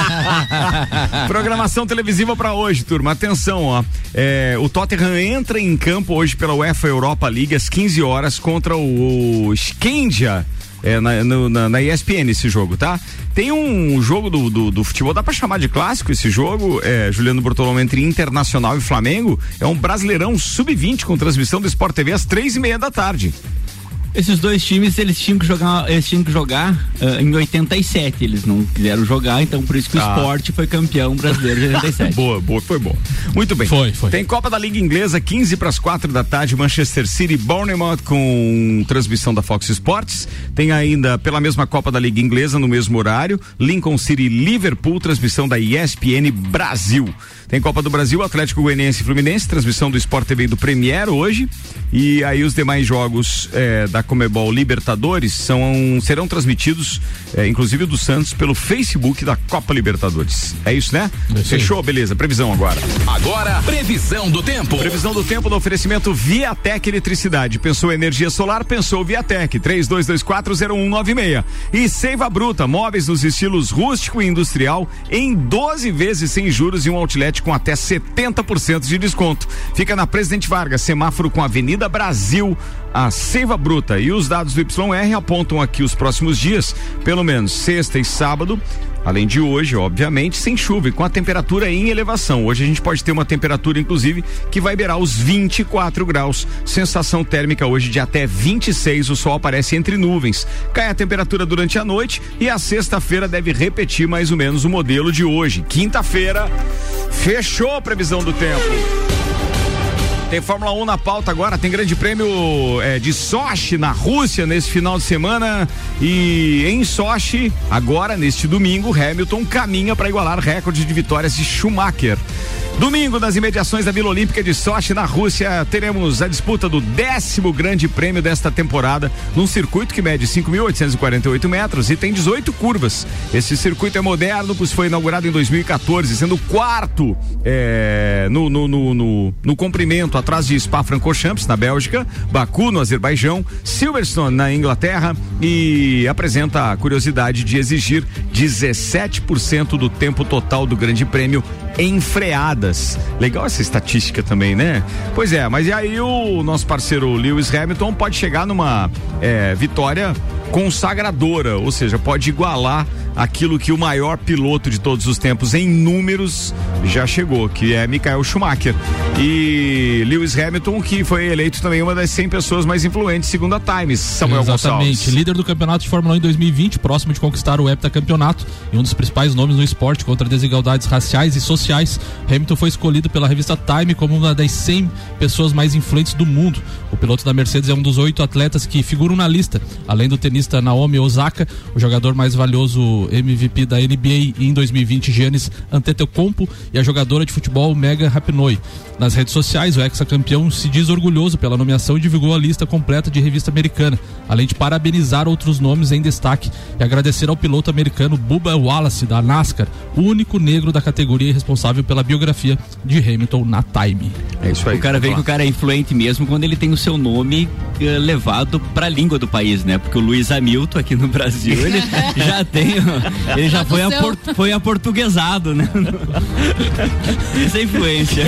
A: Programação televisiva pra hoje, turma. Atenção, ó. É, o Tottenham entra em campo hoje pela UEFA Europa League às quinze horas contra o, o Skandia. É, na, no, na, na E S P N esse jogo, tá? Tem um jogo do, do, do futebol, dá pra chamar de clássico esse jogo, é, Juliano Bortolomé, entre Internacional e Flamengo. É um Brasileirão sub vinte com transmissão do Sport T V às três e meia da tarde.
D: Esses dois times, eles tinham que jogar, eles tinham que jogar uh, em oitenta e sete, eles não quiseram jogar, então por isso que o
A: Ah.
D: Sport foi campeão brasileiro de oitenta e sete.
A: Boa, boa, foi bom. Muito bem.
B: Foi, foi.
A: Tem Copa da Liga Inglesa, quinze para as quatro da tarde, Manchester City, Bournemouth com transmissão da Fox Sports. Tem ainda pela mesma Copa da Liga Inglesa no mesmo horário, Lincoln City, Liverpool, transmissão da E S P N Brasil. Tem Copa do Brasil, Atlético Goianiense e Fluminense, transmissão do Sport T V e do Premier hoje. E aí os demais jogos é, da Comebol Libertadores são, serão transmitidos, é, inclusive o do Santos, pelo Facebook da Copa Libertadores. É isso, né?
B: É isso aí.
A: Fechou? Beleza. Previsão agora.
E: Agora, previsão do tempo.
A: Previsão do tempo no oferecimento Viatec Eletricidade. Pensou energia solar? Pensou Viatec. três dois dois quatro zero um nove seis. E Seiva Bruta, móveis nos estilos rústico e industrial em doze vezes sem juros e um outlet com até setenta por cento de desconto. Fica na Presidente Vargas, semáforo com Avenida Brasil, a Seiva Bruta. E os dados do Y R apontam aqui os próximos dias, pelo menos sexta e sábado, além de hoje, obviamente, sem chuva e com a temperatura em elevação. Hoje a gente pode ter uma temperatura, inclusive, que vai beirar os vinte e quatro graus. Sensação térmica hoje de até vinte e seis. O sol aparece entre nuvens. Cai a temperatura durante a noite e a sexta-feira deve repetir mais ou menos o modelo de hoje. Quinta-feira, fechou a previsão do tempo. Tem Fórmula um na pauta agora, tem grande prêmio é, de Sochi na Rússia nesse final de semana e em Sochi, agora neste domingo, Hamilton caminha para igualar recorde de vitórias de Schumacher. Domingo, nas imediações da Vila Olímpica de Sochi, na Rússia, teremos a disputa do décimo grande prêmio desta temporada, num circuito que mede cinco mil oitocentos e quarenta e oito metros e tem dezoito curvas. Esse circuito é moderno, pois foi inaugurado em dois mil e quatorze, sendo o quarto é, no, no, no, no, no comprimento, atrás de Spa-Francorchamps, na Bélgica, Baku, no Azerbaijão, Silverstone, na Inglaterra, e apresenta a curiosidade de exigir dezessete por cento do tempo total do grande prêmio em freadas. Legal essa estatística também, né? Pois é, mas e aí o nosso parceiro Lewis Hamilton pode chegar numa é, vitória consagradora, ou seja, pode igualar aquilo que o maior piloto de todos os tempos em números já chegou, que é Michael Schumacher. E Lewis Hamilton, que foi eleito também uma das cem pessoas mais influentes, segundo a Times. Samuel
B: Exatamente,
A: Gonçalves.
B: líder do campeonato de Fórmula um em dois mil e vinte, próximo de conquistar o heptacampeonato e um dos principais nomes no esporte contra desigualdades raciais e sociais. Hamilton foi escolhido pela revista Time como uma das cem pessoas mais influentes do mundo. O piloto da Mercedes é um dos oito atletas que figuram na lista, além do tenista Naomi Osaka, o jogador mais valioso M V P da N B A em dois mil e vinte, Giannis Antetokounmpo, e a jogadora de futebol Megan Rapinoe. Nas redes sociais, o ex-campeão se diz orgulhoso pela nomeação e divulgou a lista completa de revista americana, além de parabenizar outros nomes em destaque e agradecer ao piloto americano Bubba Wallace, da NASCAR, o único negro da categoria responsável pela biografia de Hamilton na Time.
A: É isso aí.
D: O cara vê que o cara é influente mesmo quando ele tem o seu nome uh, levado pra língua do país, né? Porque o Lewis Luiz Hamilton aqui no Brasil, ele já tem, ele já foi, apor, foi aportuguesado, né? Essa é influência.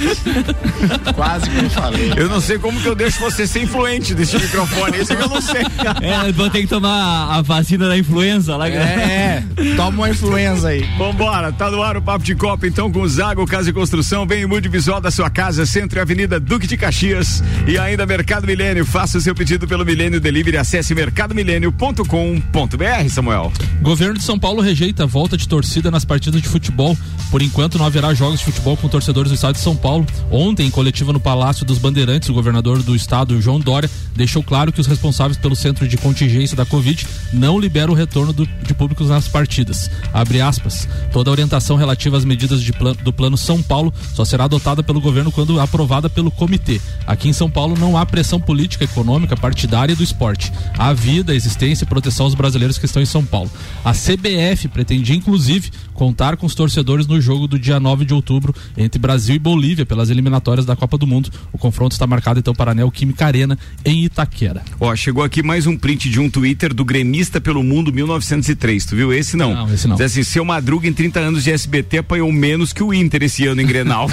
C: Quase que eu falei.
A: Eu não sei como que eu deixo você ser influente desse microfone, esse que eu não sei.
D: É, vou ter que tomar a vacina da influenza lá.
C: É, toma uma influenza aí.
A: Vambora, tá no ar o Papo de Copa, então, com o Zago Casa e Construção, vem o multivisual da sua casa, Centro e Avenida Duque de Caxias e ainda Mercado Milênio. Faça o seu pedido pelo Milênio Delivery, acesse mercado milênio ponto com ponto b r, Samuel.
B: Governo de São Paulo rejeita a volta de torcida nas partidas de futebol. Por enquanto não haverá jogos de futebol com torcedores do estado de São Paulo. Ontem, em coletiva no Palácio dos Bandeirantes, o governador do estado, João Dória, deixou claro que os responsáveis pelo centro de contingência da Covid não liberam o retorno do, de públicos nas partidas. Abre aspas. Toda a orientação relativa às medidas de plan, do Plano São Paulo só será adotada pelo governo quando aprovada pelo comitê. Aqui em São Paulo não há pressão política, econômica, partidária e do esporte. Há vida, existência e proteção aos brasileiros que estão em São Paulo. A C B F pretendia, inclusive, contar com os torcedores no jogo do dia nove de outubro entre Brasil e Bolívia pelas eliminatórias da Copa do Mundo. O confronto está marcado então para a Neoquímica Arena em Itaquera.
A: Ó, chegou aqui mais um print de um Twitter do Gremista pelo Mundo mil novecentos e três, tu viu? Esse não.
B: Não, esse não.
A: Diz assim, seu Madruga em trinta anos de S B T apanhou menos que o Inter esse ano em Grenal.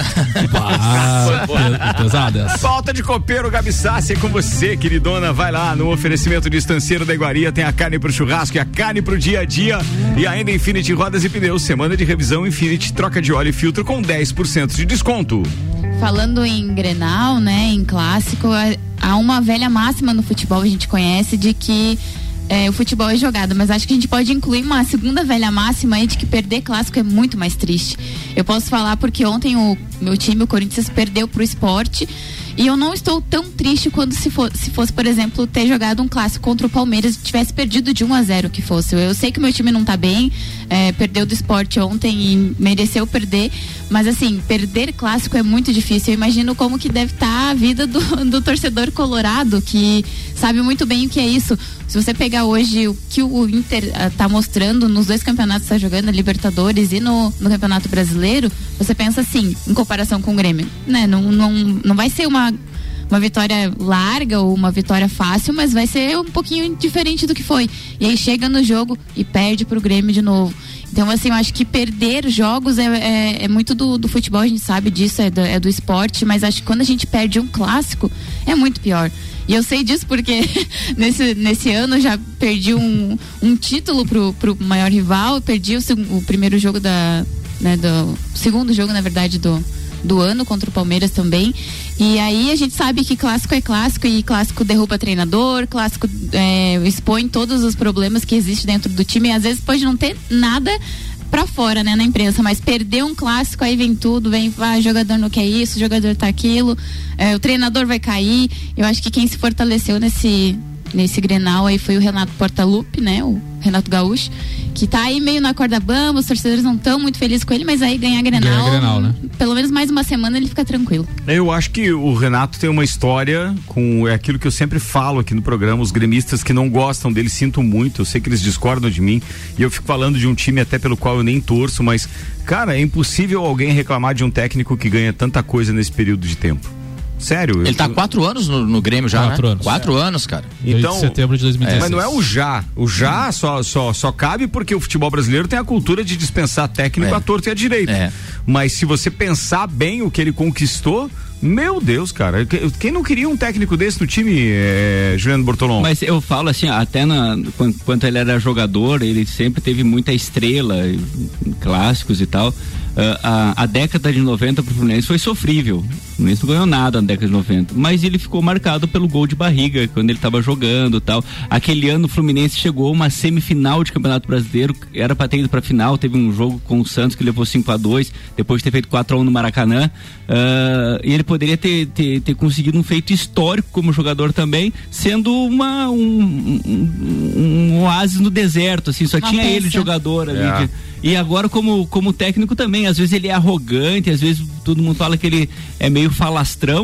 B: Ah, pesada essa.
A: Falta de copeiro, Gabi Sassi, é com você, queridona. Vai lá no oferecimento de Estanceiro da Iguaria, tem a carne pro churrasco e a carne pro dia a dia. E ainda Infinity Rodas e Pneus, semana de revisão Infinity, troca de óleo e filtro com dez por cento de desconto.
G: Falando em Grenal, né, em clássico, há uma velha máxima no futebol, a gente conhece, de que é, o futebol é jogado, mas acho que a gente pode incluir uma segunda velha máxima aí de que perder clássico é muito mais triste. Eu posso falar porque ontem o meu time, o Corinthians, perdeu pro Sport. E eu não estou tão triste quanto se, for, se fosse, por exemplo, ter jogado um clássico contra o Palmeiras e tivesse perdido de um a zero que fosse. Eu sei que o meu time não tá bem, é, perdeu do Sport ontem e mereceu perder, mas assim, perder clássico é muito difícil. Eu imagino como que deve estar tá a vida do, do torcedor colorado, que sabe muito bem o que é isso. Se você pegar hoje o que o Inter uh, tá mostrando nos dois campeonatos que tá jogando, a Libertadores e no, no Campeonato Brasileiro, você pensa assim, em comparação com o Grêmio, né? Não, não, não vai ser uma, uma vitória larga ou uma vitória fácil, mas vai ser um pouquinho diferente do que foi. E aí chega no jogo e perde pro Grêmio de novo. Então, assim, eu acho que perder jogos é, é, é muito do, do futebol, a gente sabe disso, é do, é do esporte, mas acho que quando a gente perde um clássico, é muito pior. E eu sei disso porque nesse, nesse ano eu já perdi um, um título pro, pro maior rival, perdi o, o primeiro jogo da, né, do segundo jogo, na verdade, do, do ano contra o Palmeiras também. E aí a gente sabe que clássico é clássico e clássico derruba treinador, clássico é, expõe todos os problemas que existem dentro do time e às vezes pode não ter nada pra fora, né, na imprensa, mas perder um clássico, aí vem tudo, vem, ah, jogador não quer isso, jogador tá aquilo, é, o treinador vai cair. Eu acho que quem se fortaleceu nesse nesse Grenal aí foi o Renato Portaluppi, né, o Renato Gaúcho, que tá aí meio na corda bamba, os torcedores não estão muito felizes com ele, mas aí ganhar Grenal,
B: Ganha Grenal, né?
G: Pelo menos mais uma semana ele fica tranquilo.
A: Eu acho que o Renato tem uma história com, é aquilo que eu sempre falo aqui no programa, os gremistas que não gostam dele, sinto muito, eu sei que eles discordam de mim, e eu fico falando de um time até pelo qual eu nem torço, mas, cara, é impossível alguém reclamar de um técnico que ganha tanta coisa nesse período de tempo. Sério?
C: Ele tá há quatro anos no, no Grêmio já,
B: quatro
C: né?
B: Anos.
C: Quatro é. anos, cara.
A: Então,
B: Desde setembro de dois mil e dezesseis.
A: É, mas não é o já. O já só, só, só cabe porque o futebol brasileiro tem a cultura de dispensar técnico
C: é.
A: à torta e à direita.
C: É.
A: Mas se você pensar bem o que ele conquistou, meu Deus, cara, quem não queria um técnico desse no time, é, Juliano Bortolom?
D: Mas eu falo assim, até na, quando, quando ele era jogador, ele sempre teve muita estrela, clássicos e tal. Uh, a, a década de noventa pro Fluminense foi sofrível. O Fluminense não ganhou nada na década de noventa, mas ele ficou marcado pelo gol de barriga quando ele estava jogando e tal. Aquele ano o Fluminense chegou a uma semifinal de Campeonato Brasileiro, era para ter ido pra final, teve um jogo com o Santos que levou cinco a dois, depois de ter feito quatro a um no Maracanã, uh, e ele poderia ter, ter, ter conseguido um feito histórico como jogador também, sendo uma, um, um, um oásis no deserto, assim, só uma tinha peça. Ele de jogador ali. É. De, e agora como, como técnico também, às vezes ele é arrogante, às vezes todo mundo fala que ele é meio falastrão,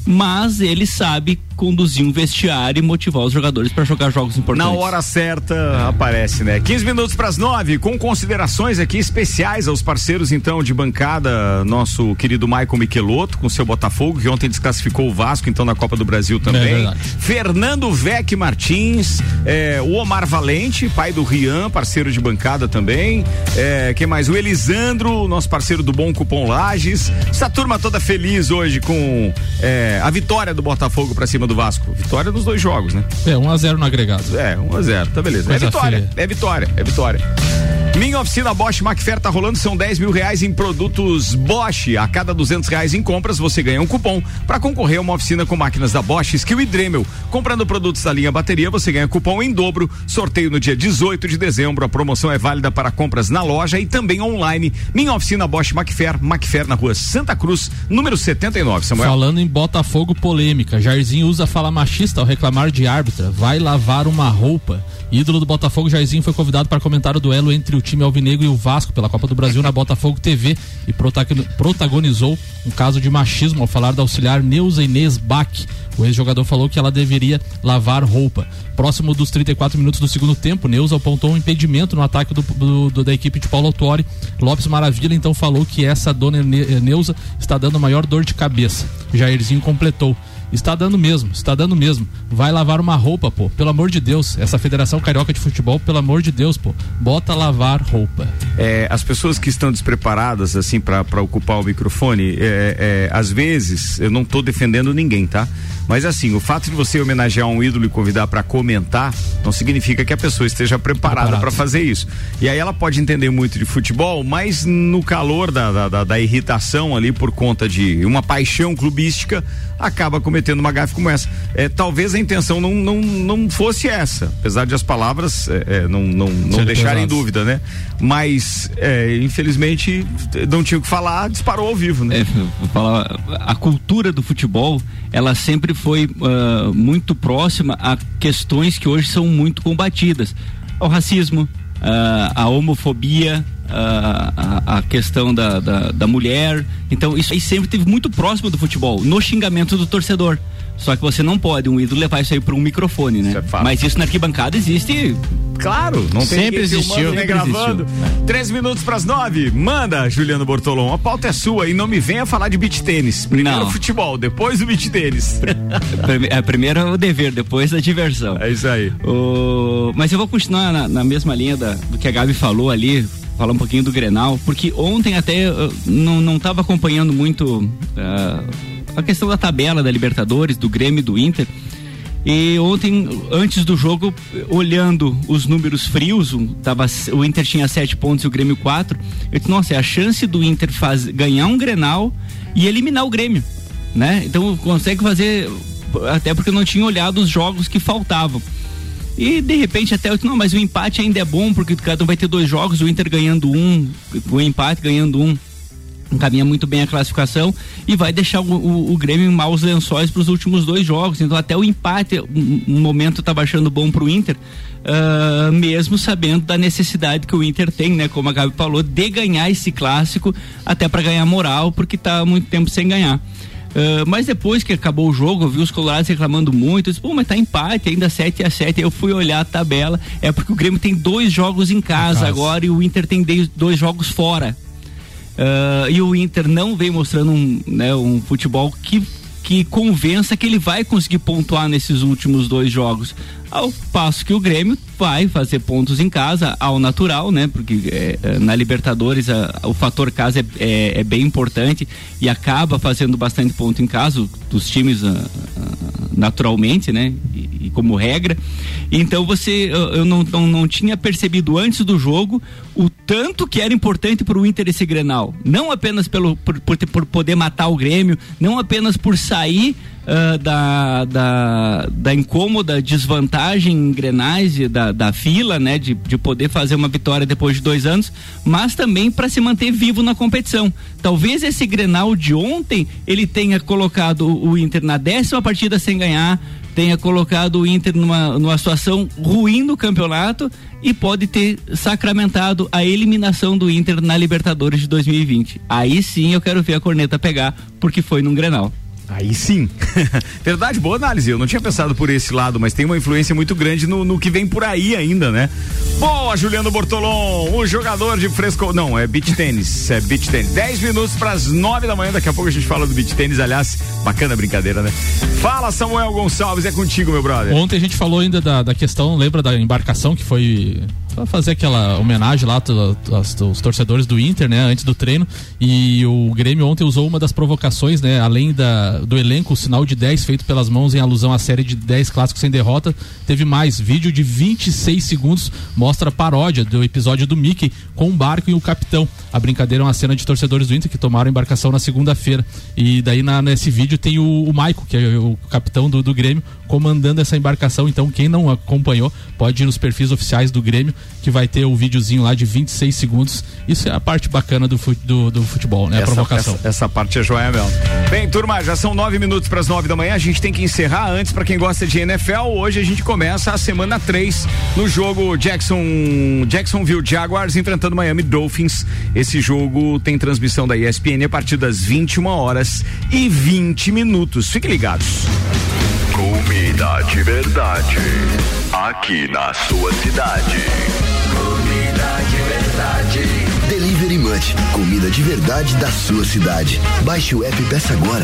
D: mas ele sabe conduzir um vestiário e motivar os jogadores para jogar jogos importantes.
A: Na hora certa é. aparece, né? quinze minutos para as nove, com considerações aqui especiais aos parceiros então de bancada, nosso querido Michael Michelotto com seu Botafogo, que ontem desclassificou o Vasco então na Copa do Brasil também. É Fernando Vec Martins, é, o Omar Valente, pai do Rian, parceiro de bancada também. É, quem mais? O Elisandro, nosso parceiro do Bom Cupom Lages. Essa turma toda feliz hoje com é, a vitória do Botafogo para cima do Vasco. Vitória nos dois jogos, né?
B: É, um a zero no agregado.
A: É, um a zero, tá beleza. Coisa é vitória, feia. é vitória, é vitória. Minha oficina Bosch Macfer tá rolando, são dez mil reais em produtos Bosch. A cada duzentos reais em compras, você ganha um cupom para concorrer a uma oficina com máquinas da Bosch, Skill e Dremel. Comprando produtos da linha bateria, você ganha cupom em dobro. Sorteio no dia dezoito de dezembro. A promoção é válida para compras na loja e também online. Minha oficina Bosch Macfer, Macfer na rua Santa Cruz, número setenta e nove, Samuel.
B: Falando em Botafogo polêmica, Jairzinho usa fala machista ao reclamar de árbitra. Vai lavar uma roupa. Ídolo do Botafogo, Jairzinho foi convidado para comentar o duelo entre o time alvinegro e o Vasco pela Copa do Brasil na Botafogo T V e protagonizou um caso de machismo ao falar da auxiliar Neuza Inês Bach. O ex-jogador falou que ela deveria lavar roupa. Próximo dos trinta e quatro minutos do segundo tempo, Neuza apontou um impedimento no ataque do, do, do, da equipe de Paulo Autori. Lopes Maravilha então falou que essa dona Neuza está dando maior dor de cabeça. Jairzinho completou: está dando mesmo, está dando mesmo. Vai lavar uma roupa, pô. Pelo amor de Deus. Essa Federação Carioca de Futebol, pelo amor de Deus, pô. Bota lavar roupa.
A: É, as pessoas que estão despreparadas, assim, pra, pra ocupar o microfone, é, é, às vezes, eu não tô defendendo ninguém, tá? Mas assim, o fato de você homenagear um ídolo e convidar para comentar não significa que a pessoa esteja preparada para fazer isso. E aí ela pode entender muito de futebol, mas no calor da, da, da irritação ali por conta de uma paixão clubística, acaba cometendo uma gafe como essa. É, talvez a intenção não, não, não fosse essa, apesar de as palavras é, é, não, não, não deixarem dúvida, né? Mas é, infelizmente não tinha o que falar, disparou ao vivo, né?
D: É, vou falar, a cultura do futebol, ela sempre foi uh, muito próxima a questões que hoje são muito combatidas: ao racismo, uh, a homofobia, uh, a, a questão da, da, da mulher. Então isso aí sempre esteve muito próximo do futebol, no xingamento do torcedor. Só que você não pode, um ídolo, levar isso aí para um microfone, né? Isso é Mas isso na arquibancada existe.
A: Claro, não tem
D: sempre existiu,
A: nem gravando. Existiu. Três minutos para as nove. Manda, Juliano Bortolom. A pauta é sua e não me venha falar de beach tênis. Primeiro o futebol, depois o beach tênis.
D: É, primeiro é o dever, depois a diversão.
A: É isso aí.
D: O... Mas eu vou continuar na, na mesma linha da, do que a Gabi falou ali, falar um pouquinho do Grenal, porque ontem até eu não, não tava acompanhando muito uh, a questão da tabela da Libertadores, do Grêmio e do Inter. E ontem, antes do jogo, olhando os números frios, um, tava, o Inter tinha sete pontos e o Grêmio quatro. Eu disse, nossa, é a chance do Inter faz, ganhar um Grenal e eliminar o Grêmio, né? Então consegue fazer, até porque eu não tinha olhado os jogos que faltavam. E de repente até eu disse, não, mas o empate ainda é bom, porque cada um vai ter dois jogos, o Inter ganhando um, o empate ganhando um. Encaminha muito bem a classificação e vai deixar o, o, o Grêmio em maus lençóis para os últimos dois jogos. Então até o empate um, um momento tá baixando bom pro Inter, uh, mesmo sabendo da necessidade que o Inter tem, né, como a Gabi falou, de ganhar esse clássico, até para ganhar moral, porque tá há muito tempo sem ganhar. Uh, mas depois que acabou o jogo, eu vi os colorados reclamando muito. Eu disse, pô, mas tá empate, ainda sete a sete. Eu fui olhar a tabela, é porque o Grêmio tem dois jogos em casa, em casa. agora, e o Inter tem dois jogos fora. Uh, e o Inter não vem mostrando um, né, um futebol que, que convença que ele vai conseguir pontuar nesses últimos dois jogos, ao passo que o Grêmio vai fazer pontos em casa ao natural, né? Porque é, na Libertadores a, o fator casa é, é, é bem importante e acaba fazendo bastante ponto em casa dos times a, a, naturalmente, né? E, e como regra. Então você, eu, eu não, não, não tinha percebido antes do jogo o tanto que era importante para o Inter esse Grenal, não apenas pelo, por, por, por poder matar o Grêmio, não apenas por sair Uh, da, da, da incômoda desvantagem em Grenais, da, da fila, né, de, de poder fazer uma vitória depois de dois anos, mas também para se manter vivo na competição. Talvez esse Grenal de ontem ele tenha colocado o, o Inter na décima partida sem ganhar, tenha colocado o Inter numa, numa situação ruim no campeonato e pode ter sacramentado a eliminação do Inter na Libertadores de dois mil e vinte. Aí sim eu quero ver a corneta pegar, porque foi num Grenal.
A: Aí sim. Verdade, boa análise. Eu não tinha pensado por esse lado, mas tem uma influência muito grande no, no que vem por aí ainda, né? Boa, Juliano Bortolom, o jogador de fresco. Não, é beach tênis. É beach tênis. dez minutos para as nove da manhã. Daqui a pouco a gente fala do beach tênis. Aliás, bacana a brincadeira, né? Fala, Samuel Gonçalves, é contigo, meu brother.
B: Ontem a gente falou ainda da, da questão, lembra da embarcação que foi pra fazer aquela homenagem lá aos torcedores do Inter, né, antes do treino, e o Grêmio ontem usou uma das provocações, né, além da, do elenco, o sinal de dez feito pelas mãos em alusão à série de dez clássicos sem derrota, teve mais, vídeo de vinte e seis segundos, mostra a paródia do episódio do Mickey com o barco e o capitão. A brincadeira é uma cena de torcedores do Inter que tomaram a embarcação na segunda-feira, e daí na, nesse vídeo tem o, o Maico, que é o capitão do, do Grêmio, comandando essa embarcação. Então quem não acompanhou pode ir nos perfis oficiais do Grêmio, que vai ter o videozinho lá de vinte e seis segundos. Isso é a parte bacana do, do, do futebol, né?
A: Essa,
B: a provocação.
A: Essa, essa parte é joia mesmo. Bem, turma, já são nove minutos para as nove da manhã. A gente tem que encerrar antes. Para quem gosta de N F L, hoje a gente começa a semana três no jogo Jackson, Jacksonville Jaguars enfrentando Miami Dolphins. Esse jogo tem transmissão da E S P N a partir das vinte e uma horas e vinte minutos. Fiquem ligados.
Q: Comida de verdade, aqui na sua cidade. Comida de verdade.
S: Delivery Munch, comida de verdade da sua cidade. Baixe o app e peça agora.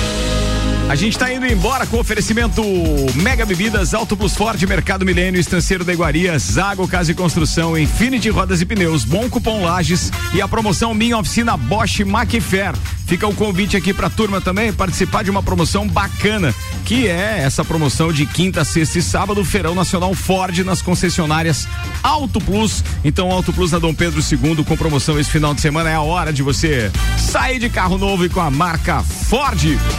A: A gente tá indo embora com oferecimento Mega Bebidas, Auto Plus Ford, Mercado Milênio, Estanceiro da Iguaria, Zago Casa e Construção, Infinity Rodas e Pneus, Bom Cupom Lages e a promoção Minha Oficina Bosch Macfer. Fica o convite aqui pra turma também participar de uma promoção bacana, que é essa promoção de quinta, sexta e sábado, Feirão Nacional Ford nas concessionárias Auto Plus. Então Auto Plus na Dom Pedro segundo com promoção esse final de semana. É a hora de você sair de carro novo e com a marca Ford.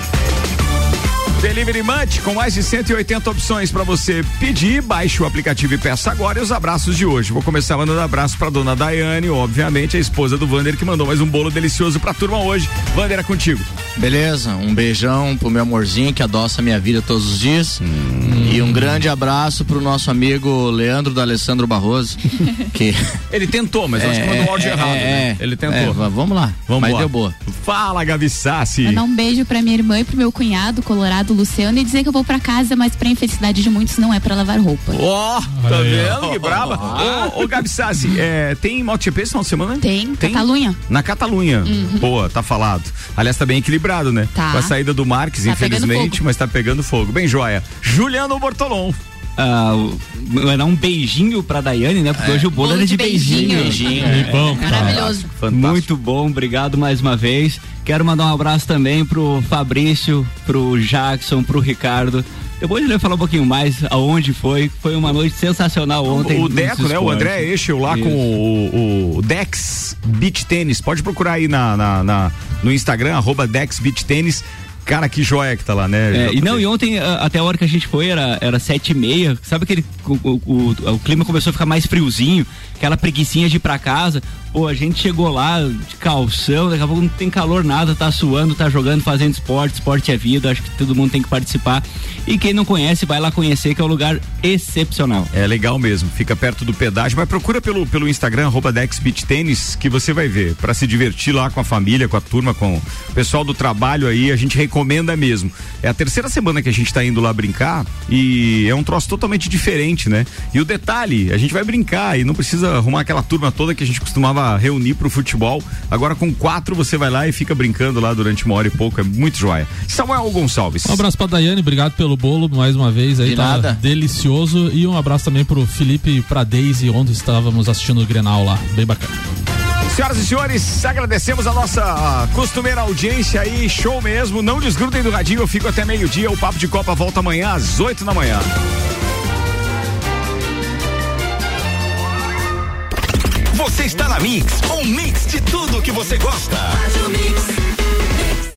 A: Delivery Munch, com mais de cento e oitenta opções para você pedir, baixe o aplicativo e peça agora. E os abraços de hoje, vou começar mandando abraço pra dona Daiane, obviamente a esposa do Vander, que mandou mais um bolo delicioso pra turma hoje. Vander, é contigo.
C: Beleza, um beijão pro meu amorzinho que adoça a minha vida todos os dias, hum. e um grande abraço pro nosso amigo Leandro da Alessandro Barroso, que
A: ele tentou, mas é, eu acho que mandou o áudio é, errado, é, né? Ele tentou.
C: É, vamos lá,
A: vamos
C: mas
A: lá.
C: Deu boa.
A: Fala, Gabi Sassi.
G: Mandar um beijo pra minha irmã e pro meu cunhado colorado Luciano e dizer que eu vou pra casa, mas pra infelicidade de muitos não é pra lavar roupa.
A: Ó, oh, tá vendo? Que braba. Ô, oh, Gabi Sassi, é, tem MotoGP esse final de semana?
G: Tem, tem, Catalunha.
A: Na Catalunha. Uhum. Boa, tá falado. Aliás, tá bem equilibrado, né?
G: Tá.
A: Com a saída do Marques, tá, infelizmente, mas tá pegando fogo. Bem joia. Juliano Bortolom.
D: Uh, mandar um beijinho pra Daiane, né? Porque é. hoje o bolo, bolo é de, de beijinho.
G: beijinho.
D: É, é bom,
G: maravilhoso.
D: Muito bom, obrigado mais uma vez. Quero mandar um abraço também pro Fabrício, pro Jackson, pro Ricardo. Depois ele vai falar um pouquinho mais aonde foi. Foi uma noite sensacional ontem.
A: O Deco, né? O André Echel lá Isso. com o, o Dex Beach Tênis. Pode procurar aí na, na, na, no Instagram, arroba Dex Beach Tênis. Cara, que joia que tá lá, né?
D: É, e não, e ontem, até a hora que a gente foi, era, era sete e meia. Sabe aquele. O, o, o, o clima começou a ficar mais friozinho, aquela preguicinha de ir pra casa. Pô, a gente chegou lá de calção, daqui a pouco não tem calor nada, tá suando, tá jogando, fazendo esporte, esporte é vida, acho que todo mundo tem que participar. E quem não conhece, vai lá conhecer, que é um lugar excepcional.
A: É legal mesmo, fica perto do pedágio, mas procura pelo, pelo Instagram, arroba Dex Beach Tênis, que você vai ver, pra se divertir lá com a família, com a turma, com o pessoal do trabalho aí, a gente recomenda mesmo. É a terceira semana que a gente tá indo lá brincar e é um troço totalmente diferente, né? E o detalhe, a gente vai brincar e não precisa arrumar aquela turma toda que a gente costumava reunir pro futebol. Agora com quatro você vai lá e fica brincando lá durante uma hora e pouco, é muito joia. Samuel Gonçalves.
B: Um abraço pra Daiane, obrigado pelo bolo mais uma vez aí,
C: De
B: tá
C: nada.
B: delicioso, e um abraço também pro Felipe e pra Deise, onde estávamos assistindo o Grenal lá, bem bacana.
A: Senhoras e senhores, agradecemos a nossa costumeira audiência aí, show mesmo, não desgrudem do radinho, eu fico até meio-dia, o Papo de Copa volta amanhã às oito da manhã.
I: Você está na Mix, um mix de tudo que você gosta.